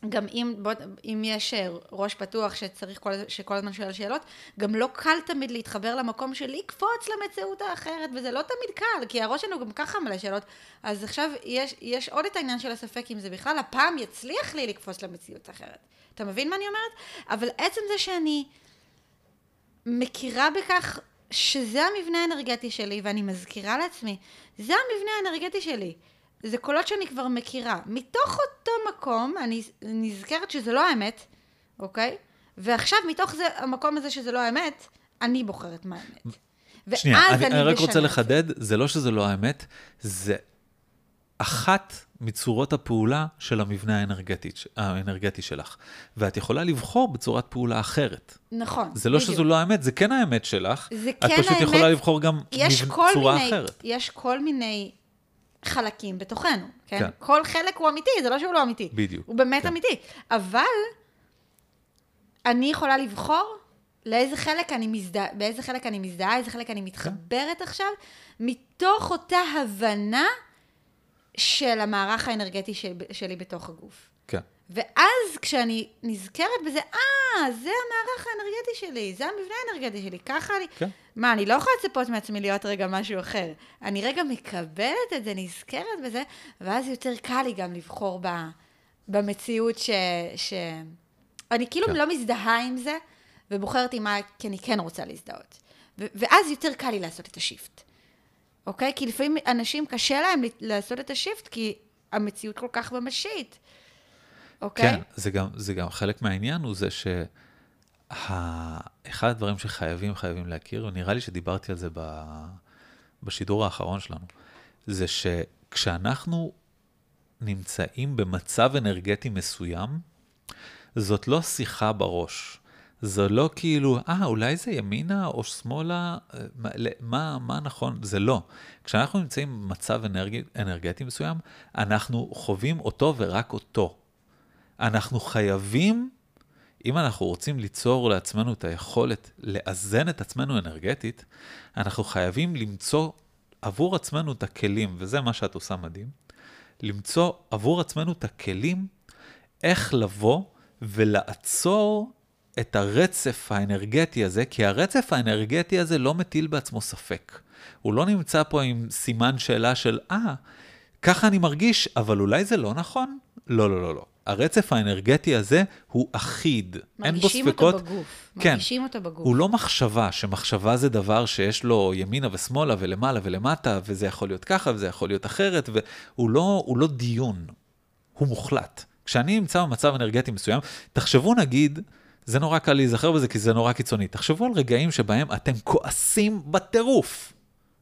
גם אם, בוא, אם יש ראש פתוח שצריך כל, שכל הזמן שואל שאלות, גם לא קל תמיד להתחבר למקום של לקפוץ למציאות האחרת, וזה לא תמיד קל, כי הראש שלנו גם ככה מלא שאלות. אז עכשיו יש, יש עוד את העניין של הספק, אם זה בכלל הפעם יצליח לי לקפוץ למציאות האחרת. אתה מבין מה אני אומרת? אבל עצם זה שאני מכירה בכך שזה המבנה האנרגטי שלי, ואני מזכירה לעצמי, זה המבנה האנרגטי שלי. זה קולות שאני כבר מכירה. מתוך אותו מקום, אני נזכרת שזה לא האמת, אוקיי? ועכשיו, מתוך זה, המקום הזה שזה לא האמת, אני בוחרת מה האמת. שנייה, אני, אני רק רוצה לחדד, זה לא שזה לא האמת, זה אחת מצורות הפעולה של המבנה האנרגטי, האנרגטי שלך. ואת יכולה לבחור בצורת פעולה אחרת. נכון. זה לא בדיוק. שזו לא האמת, זה כן האמת שלך. זה את כן פשוט האמת, יכולה לבחור גם צורה מיני, אחרת. יש כל מיני חלקים בתוכנו, כן? כן? כל חלק הוא אמיתי, זה לא שהוא לא אמיתי. בדיוק. הוא באמת כן. אמיתי. אבל אני יכולה לבחור לאיזה חלק אני מזדהה, באיזה חלק אני מזדהה, איזה חלק אני מתחברת כן. עכשיו, מתוך אותה הבנה של המערך האנרגטי של, שלי בתוך הגוף. כן. ואז כשאני נזכרת בזה, אה, זה המערך האנרגטי שלי, זה המבנה האנרגטי שלי, ככה אני... כן. מה, אני לא יכולה לצפות מעצמי להיות רגע משהו אחר. אני רגע מקבלת את זה, נזכרת בזה, ואז יותר קל לי גם לבחור ב, במציאות ש... ש... אני כאילו כן. לא מזדהה עם זה, ובוחרת עם מה, כי אני כן רוצה להזדהות. ו... ואז יותר קל לי לעשות את השיפט. אוקיי? כי לפעמים אנשים קשה להם לעשות את השיפט, כי המציאות כל כך ממשית. אוקיי? כן, זה גם, זה גם חלק מהעניין הוא זה שאחד הדברים שחייבים, חייבים להכיר, ונראה לי שדיברתי על זה ב, בשידור האחרון שלנו, זה שכשאנחנו נמצאים במצב אנרגטי מסוים, זאת לא שיחה בראש. זה לא כאילו, אה, אולי זה ימינה או שמאלה, מה, מה, מה נכון? זה לא. כשאנחנו נמצאים במצב אנרג, אנרגטי מסוים, אנחנו חווים אותו ורק אותו. אנחנו חייבים, אם אנחנו רוצים ליצור לעצמנו את היכולת לאזן את עצמנו אנרגטית, אנחנו חייבים למצוא עבור עצמנו את הכלים, וזה מה שאת עושה מדהים, למצוא עבור עצמנו את הכלים, איך לבוא ולעצור את הרצף האנרגטי הזה, כי הרצף האנרגטי הזה לא מטיל בעצמו ספק. הוא לא נמצא פה עם סימן שאלה של, אה, ככה אני מרגיש, אבל אולי זה לא נכון? לא, לא, לא, לא. הרצף האנרגטי הזה הוא אחיד. אין בו ספקות. מרגישים אותו בגוף. כן. מרגישים אותו בגוף. הוא לא מחשבה, שמחשבה זה דבר שיש לו ימינה ושמאלה ולמעלה ולמטה, וזה יכול להיות ככה וזה יכול להיות אחרת, והוא לא, הוא לא דיון. הוא מוחלט. כשאני נמצא במצב אנרגטי מסוים, תחשבו נגיד, זה נורא קל להיזכר בזה כי זה נורא קיצוני. תחשבו על רגעים שבהם אתם כועסים בטירוף.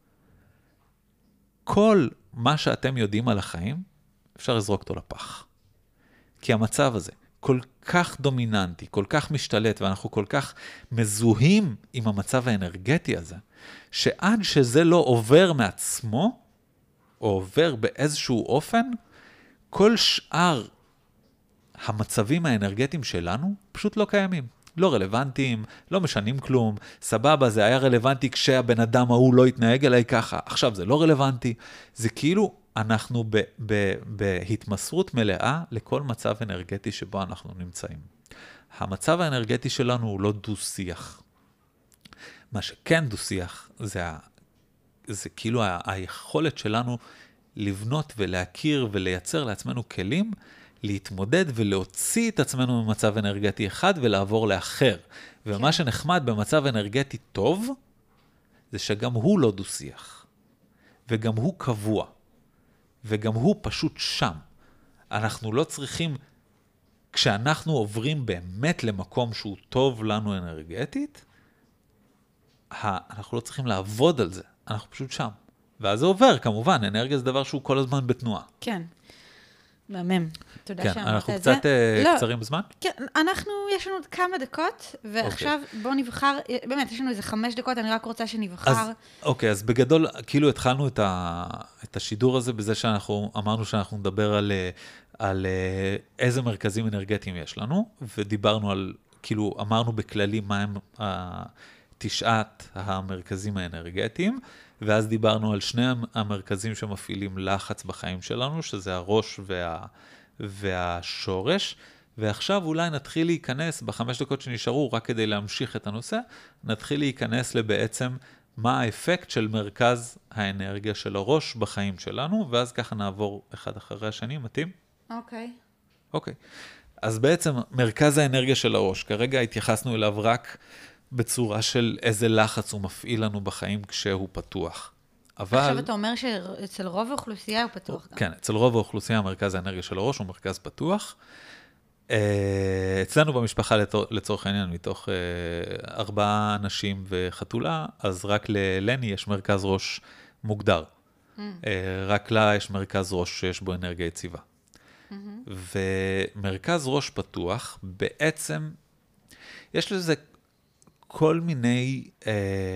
כל מה שאתם יודעים על החיים, אפשר לזרוק אותו לפח. כי המצב הזה כל כך דומיננטי, כל כך משתלט, ואנחנו כל כך מזוהים עם המצב האנרגטי הזה, שעד שזה לא עובר מעצמו, או עובר באיזשהו אופן, כל שאר המצבים האנרגטיים שלנו פשוט לא קיימים. לא רלוונטיים, לא משנים כלום, סבבה, זה היה רלוונטי כשהבן אדם ההוא לא התנהג אליי ככה, עכשיו זה לא רלוונטי. זה כאילו אנחנו ב- ב- בהתמסרות מלאה לכל מצב אנרגטי שבו אנחנו נמצאים. המצב האנרגטי שלנו הוא לא דו-שיח. מה שכן דו-שיח זה, ה- זה כאילו ה- היכולת שלנו לבנות ולהכיר ולייצר לעצמנו כלים, להתמודד ולהוציא את עצמנו ממצב אנרגטי אחד ולעבור לאחר. ומה כן. שנחמד במצב אנרגטי טוב, זה שגם הוא לא דו-שיח. וגם הוא קבוע. וגם הוא פשוט שם. אנחנו לא צריכים, כשאנחנו עוברים באמת למקום שהוא טוב לנו אנרגטית, אנחנו לא צריכים לעבוד על זה. אנחנו פשוט שם. ואז זה עובר, כמובן. אנרגיה זה דבר שהוא כל הזמן בתנועה. כן. מהמם. תודה כן, שאמרת את זה. אנחנו קצת לא, קצרים בזמן? כן, אנחנו, יש לנו עוד כמה דקות, ועכשיו okay. בואו נבחר, באמת, יש לנו איזה חמש דקות, אני רק רוצה שנבחר. אז, אוקיי, אז בגדול, כאילו התחלנו את, ה, את השידור הזה, בזה שאנחנו אמרנו שאנחנו נדבר על, על איזה מרכזים אנרגטיים יש לנו, ודיברנו על, כאילו, אמרנו בכללי מה הם תשעת המרכזים האנרגטיים, ואז דיברנו על שני המרכזים שמפעילים לחץ בחיים שלנו, שזה הראש וה, והשורש, ועכשיו אולי נתחיל להיכנס, בחמש דקות שנשארו, רק כדי להמשיך את הנושא, נתחיל להיכנס לבעצם מה האפקט של מרכז האנרגיה של הראש בחיים שלנו, ואז ככה נעבור אחד אחרי השני, מתאים? אוקיי. אוקיי. אז בעצם מרכז האנרגיה של הראש, כרגע התייחסנו אליו רק בצורה של איזה לחץ הוא מפעיל לנו בחיים כשהוא פתוח. אבל... עכשיו אתה אומר שאצל רוב האוכלוסייה הוא פתוח גם. כן, אצל רוב האוכלוסייה מרכז האנרגיה של הראש הוא מרכז פתוח. אצלנו במשפחה לצורך העניין, מתוך ארבעה אנשים וחתולה, אז רק ללני יש מרכז ראש מוגדר. רק לה יש מרכז ראש שיש בו אנרגיה יציבה. ומרכז ראש פתוח, בעצם יש לזה כל מיני, אה,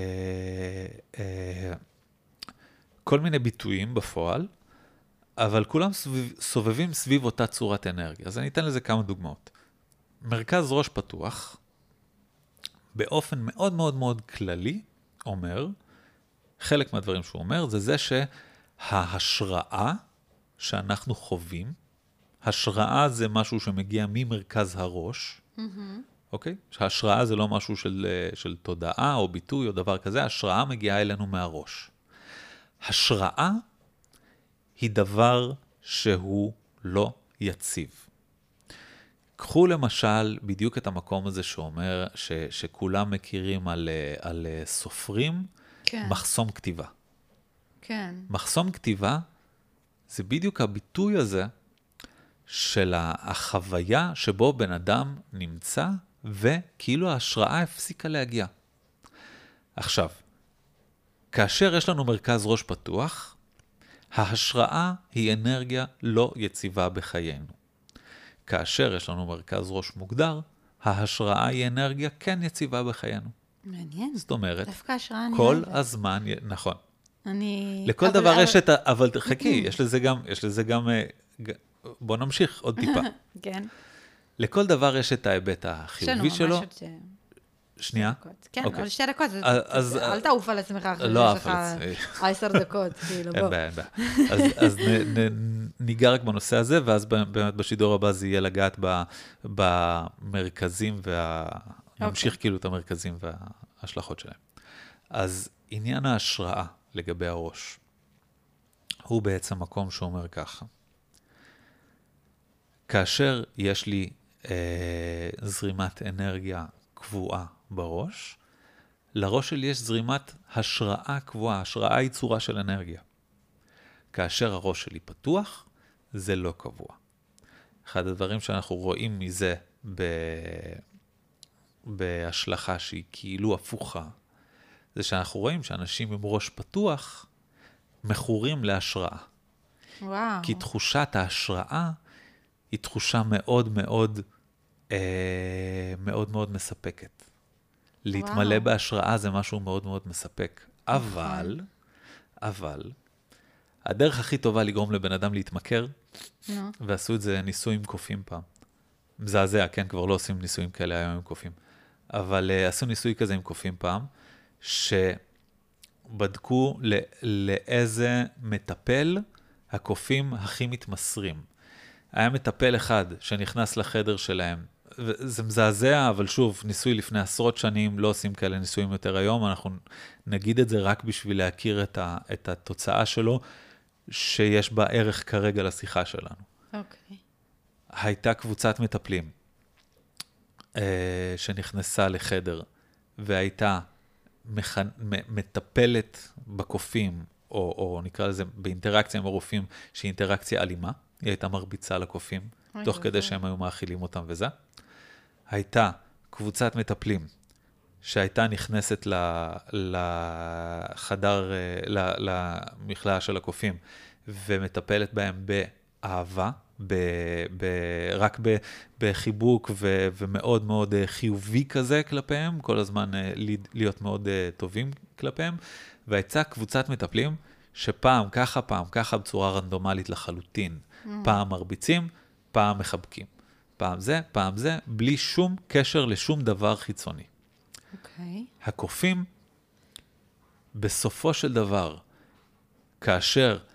אה, כל מיני ביטויים בפועל, אבל כולם סביב, סובבים סביב אותה צורת אנרגיה. אז אני אתן לזה כמה דוגמאות. מרכז ראש פתוח, באופן מאוד מאוד מאוד כללי, אומר, חלק מהדברים שהוא אומר, זה זה שההשראה שאנחנו חווים, השראה זה משהו שמגיע ממרכז הראש, mm-hmm. אוקיי? שההשראה זה לא משהו של, של תודעה או ביטוי או דבר כזה, השראה מגיעה אלינו מהראש. השראה היא דבר שהוא לא יציב. קחו למשל בדיוק את המקום הזה שאומר, ש, שכולם מכירים על, על סופרים, כן. מחסום כתיבה. כן. מחסום כתיבה זה בדיוק הביטוי הזה, של החוויה שבו בן אדם נמצא, וכאילו ההשראה הפסיקה להגיע. עכשיו, כאשר יש לנו מרכז ראש פתוח, ההשראה היא אנרגיה לא יציבה בחיינו. כאשר יש לנו מרכז ראש מוגדר, ההשראה היא אנרגיה כן יציבה בחיינו. מעניין. זאת אומרת, דווקא השראה אני כל אוהבת. הזמן, נכון. אני... לכל אבל- דבר אבל- יש את ה... אבל חכי, יש לזה גם, יש לזה גם... בוא נמשיך עוד טיפה. כן. לכל דבר יש את ההיבט יש לנו החיובי ממש שלו. עוד ש- שנייה. דקות. כן, אוקיי. אבל שתי דקות, זה- אז- זה- אז- אל תעוף על עצמך אחרי לא שיש עף לך על עצמי. עשר דקות, כאילו, אין בוא. בעיה, אין בעיה. אז, אז נ, נ, ניגע רק בנושא הזה, ואז באמת בשידור הבא זה יהיה לגעת ב, במרכזים, וה... אוקיי. נמשיך כאילו את המרכזים וההשלכות שלהם. אז עניין ההשראה לגבי הראש, הוא בעצם מקום שאומר ככה. כאשר יש לי אה, זרימת אנרגיה קבועה בראש, לראש שלי יש זרימת השראה קבועה, השראה היא צורה של אנרגיה. כאשר הראש שלי פתוח, זה לא קבוע. אחד הדברים שאנחנו רואים מזה ב... בהשלכה שהיא כאילו הפוכה, זה שאנחנו רואים שאנשים עם ראש פתוח מכורים להשראה. וואו. כי תחושת ההשראה היא תחושה מאוד מאוד, אה, מאוד מאוד מספקת. להתמלא וואו. בהשראה זה משהו מאוד מאוד מספק. אבל, אבל, הדרך הכי טובה לגרום לבן אדם להתמכר, נו. ועשו את זה ניסוי עם קופים פעם. מזעזע, כן, כבר לא עושים ניסויים כאלה היום עם קופים. אבל uh, עשו ניסוי כזה עם קופים פעם, שבדקו לא, לאיזה מטפל הקופים הכי מתמסרים. היה מטפל אחד שנכנס לחדר שלהם, זה מזעזע, אבל שוב, ניסוי לפני עשרות שנים, לא עושים כאלה ניסויים יותר היום, אנחנו נגיד את זה רק בשביל להכיר את, ה, את התוצאה שלו, שיש בה ערך כרגע לשיחה שלנו. אוקיי. הייתה קבוצת מטפלים אה, שנכנסה לחדר, והייתה מח... מטפלת בקופים, או, או נקרא לזה באינטראקציה עם הרופאים, שהיא אינטראקציה אלימה, היא הייתה מרביצה לקופים, תוך כדי שהם היו מאכילים אותם וזה. הייתה קבוצת מטפלים שהייתה נכנסת לחדר, למכלאה של הקופים, ומטפלת בהם באהבה, ב, ב, רק ב, בחיבוק ו, ומאוד מאוד חיובי כזה כלפיהם, כל הזמן להיות מאוד טובים כלפיהם, והייתה קבוצת מטפלים שפעם ככה, פעם ככה, בצורה רנדומלית לחלוטין, mm. פעם מרביצים, פעם מחבקים. פעם זה, פעם זה, בלי שום קשר לשום דבר חיצוני. אוקיי. הקופים, בסופו של דבר, כאשר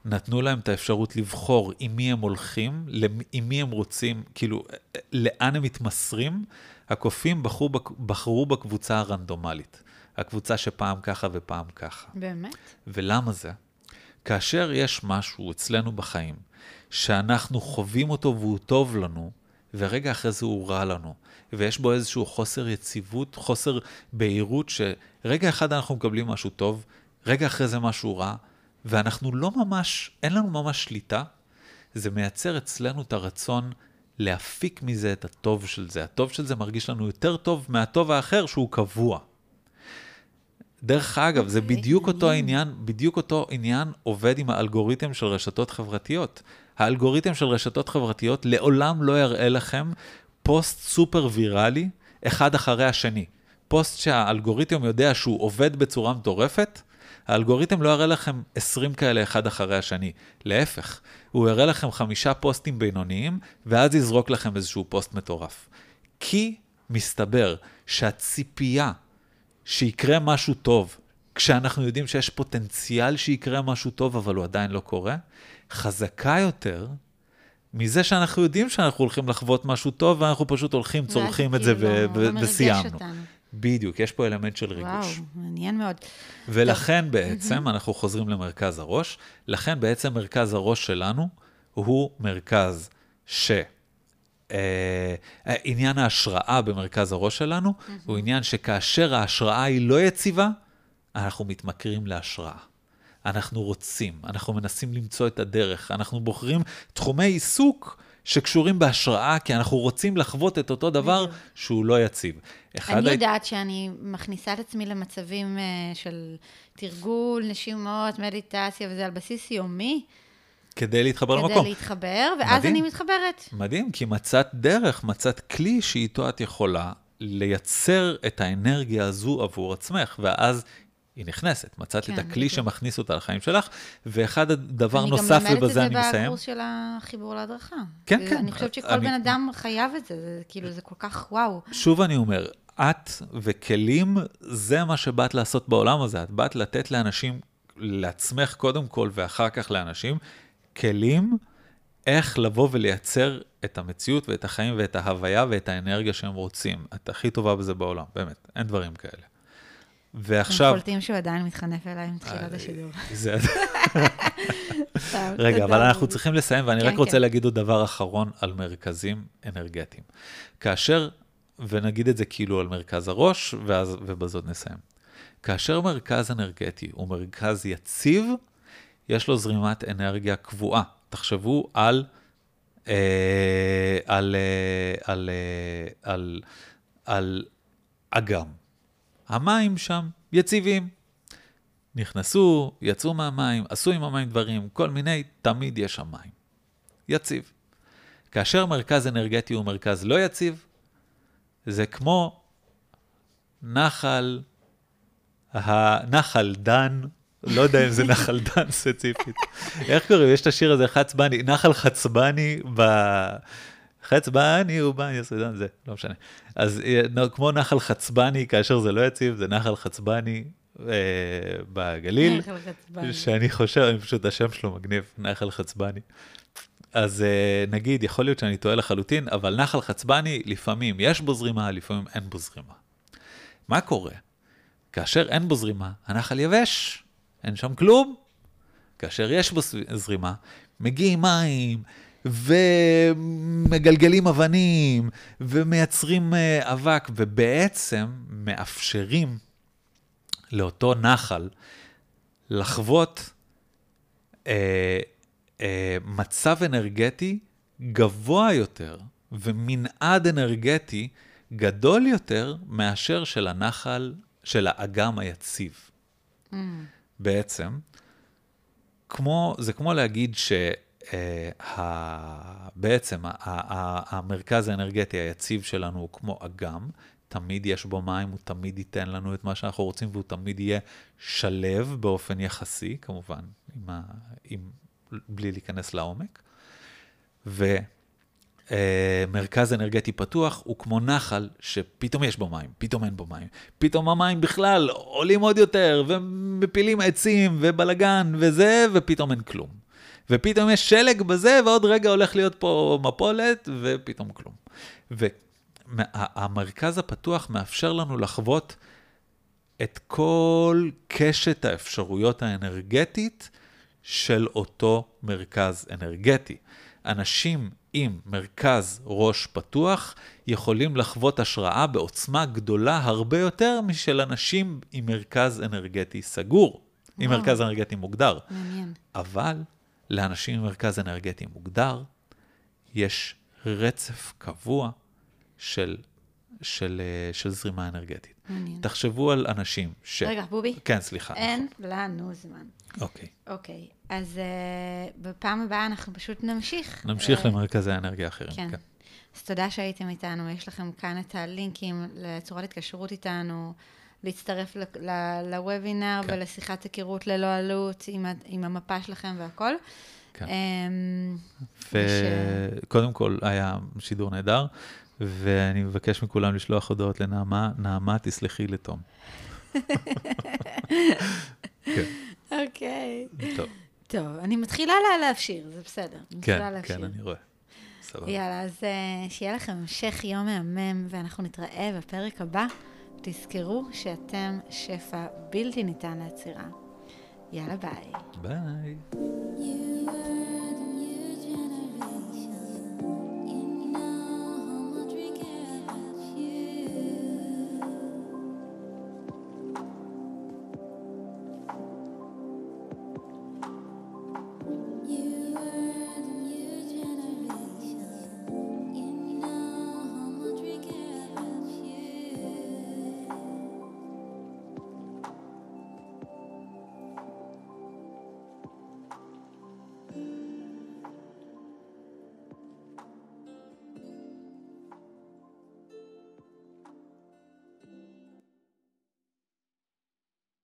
נתנו להם את האפשרות לבחור עם מי הם הולכים, עם מי הם רוצים, כאילו, לאן הם מתמסרים, הקופים בחרו, בחרו בקבוצה הרנדומלית. הקבוצה שפעם ככה ופעם ככה. באמת? ולמה זה? כאשר יש משהו אצלנו בחיים, שאנחנו חווים אותו והוא טוב לנו, ורגע אחרי זה הוא רע לנו, ויש בו איזשהו חוסר יציבות, חוסר בהירות, שרגע אחד אנחנו מקבלים משהו טוב, רגע אחרי זה משהו רע, ואנחנו לא ממש, אין לנו ממש שליטה, זה מייצר אצלנו את הרצון להפיק מזה את הטוב של זה. הטוב של זה מרגיש לנו יותר טוב מהטוב האחר שהוא קבוע. דרך אגב, זה בדיוק אותו עניין, בדיוק אותו עניין עובד עם האלגוריתם של רשתות חברתיות. האלגוריתם של רשתות חברתיות לעולם לא יראה לכם פוסט סופר ויראלי אחד אחרי השני. פוסט שהאלגוריתם יודע שהוא עובד בצורה מטורפת, האלגוריתם לא יראה לכם עשרים כאלה אחד אחרי השני. להפך, הוא יראה לכם חמישה פוסטים בינוניים, ואז יזרוק לכם איזשהו פוסט מטורף. כי מסתבר שהציפייה שיקרה משהו טוב, כשאנחנו יודעים שיש פוטנציאל שיקרה משהו טוב, אבל הוא עדיין לא קורה, חזקה יותר מזה שאנחנו יודעים שאנחנו הולכים לחוות משהו טוב, ואנחנו פשוט הולכים, צורכים את זה ו- ו- וסיימנו. בדיוק, יש פה אלמנט של ריגוש. וואו, מעניין מאוד. ולכן בעצם, אנחנו חוזרים למרכז הראש, לכן בעצם מרכז הראש שלנו, הוא מרכז ש... עניין ההשראה במרכז הראש שלנו, הוא עניין שכאשר ההשראה היא לא יציבה, אנחנו מתמכרים להשראה. אנחנו רוצים, אנחנו מנסים למצוא את הדרך, אנחנו בוחרים תחומי עיסוק שקשורים בהשראה, כי אנחנו רוצים לחוות את אותו דבר שהוא לא יציב. אני יודעת שאני מכניסה את עצמי למצבים של תרגול, נשימות, מדיטציה, וזה על בסיס יומי, כדי להתחבר למקום. כדי להתחבר, ואז מדהים. אני מתחברת. מדהים, כי מצאת דרך, מצאת כלי שאיתו את יכולה לייצר את האנרגיה הזו עבור עצמך, ואז היא נכנסת. מצאת כן, את הכלי בדיוק. שמכניס אותה לחיים שלך, ואחד הדבר נוסף, ובזה אני מסיים. אני גם למדת את זה בקורס של החיבור להדרכה. כן, כן. אני חושבת שכל אני... בן אדם חייב את זה, זה כאילו, זה כל כך וואו. שוב אני אומר, את וכלים, זה מה שבאת לעשות בעולם הזה. את באת לתת לאנשים, לעצמך קודם כל, ואחר כך לאנשים, כלים, איך לבוא ולייצר את המציאות ואת החיים ואת ההוויה ואת האנרגיה שהם רוצים. את הכי טובה בזה בעולם, באמת, אין דברים כאלה. ועכשיו... הם קולטים שהוא עדיין מתחנף אליי עם תחילת השידור. זה... רגע, אבל אנחנו צריכים לסיים, ואני רק רוצה להגיד עוד דבר אחרון על מרכזים אנרגטיים. כאשר, ונגיד את זה כאילו על מרכז הראש, ובזאת נסיים. כאשר מרכז אנרגטי הוא מרכז יציב, יש לו זרימת אנרגיה קבועה. תחשבו על, אה, על, אה, על, אה, על, על אגם. המים שם יציבים. נכנסו, יצאו מהמים, עשו עם המים דברים, כל מיני, תמיד יש שם מים. יציב. כאשר מרכז אנרגטי הוא מרכז לא יציב, זה כמו נחל, הנחל דן, לא יודע אם זה נחל דן ספציפית. איך קוראים? יש את השיר הזה, חצבני, נחל חצבני, ב... חצבני הוא בני יסודן, זה, לא משנה. אז כמו נחל חצבני, כאשר זה לא יציב, זה נחל חצבני אה, בגליל. נחל חצבני. שאני חושב, אני פשוט, השם שלו מגניב, נחל חצבני. אז אה, נגיד, יכול להיות שאני טועה לחלוטין, אבל נחל חצבני, לפעמים יש בו זרימה, לפעמים אין בו זרימה. מה קורה? כאשר אין בו זרימה, הנחל יבש, אין שם כלום. כאשר יש בו זרימה, מגיעים מים, ומגלגלים אבנים, ומייצרים אבק, ובעצם מאפשרים לאותו נחל לחוות אה, אה, מצב אנרגטי גבוה יותר, ומנעד אנרגטי גדול יותר מאשר של הנחל, של האגם היציב. Mm. בעצם, כמו, זה כמו להגיד ש... Uh, בעצם המרכז האנרגטי היציב שלנו הוא כמו אגם, תמיד יש בו מים, הוא תמיד ייתן לנו את מה שאנחנו רוצים, והוא תמיד יהיה שלב באופן יחסי, כמובן, עם ה, עם, בלי להיכנס לעומק. ומרכז אנרגטי פתוח הוא כמו נחל שפתאום יש בו מים, פתאום אין בו מים, פתאום המים בכלל עולים עוד יותר, ומפילים עצים ובלגן וזה, ופתאום אין כלום. ופתאום יש שלג בזה, ועוד רגע הולך להיות פה מפולת, ופתאום כלום. והמרכז הפתוח מאפשר לנו לחוות את כל קשת האפשרויות האנרגטית של אותו מרכז אנרגטי. אנשים עם מרכז ראש פתוח יכולים לחוות השראה בעוצמה גדולה הרבה יותר משל אנשים עם מרכז אנרגטי סגור, עם מרכז אנרגטי מוגדר. מעניין. אבל לאנשים עם מרכז אנרגטי מוגדר, יש רצף קבוע של, של, של זרימה אנרגטית. מעניין. תחשבו על אנשים ש... רגע, בובי. כן, סליחה. אין לנו זמן. אוקיי. אוקיי, אז uh, בפעם הבאה אנחנו פשוט נמשיך. נמשיך uh, למרכזי האנרגיה האחרים. כן. כן. אז תודה שהייתם איתנו, יש לכם כאן את הלינקים לצורת התקשרות איתנו, להצטרף לוובינר כן. ולשיחת היכרות ללא עלות עם, עם המפה שלכם והכל. כן. Um, וקודם ש... כל היה שידור נהדר, ואני מבקש מכולם לשלוח הודעות לנעמה, נעמה תסלחי לתום. כן. אוקיי. טוב. טוב, אני מתחילה להפשיר, זה בסדר. כן, כן, אני רואה. סבבה. יאללה, אז שיהיה לכם המשך יום מהמם, ואנחנו נתראה בפרק הבא. תזכרו שאתם שפע בלתי ניתן לעצירה. יאללה, ביי. ביי.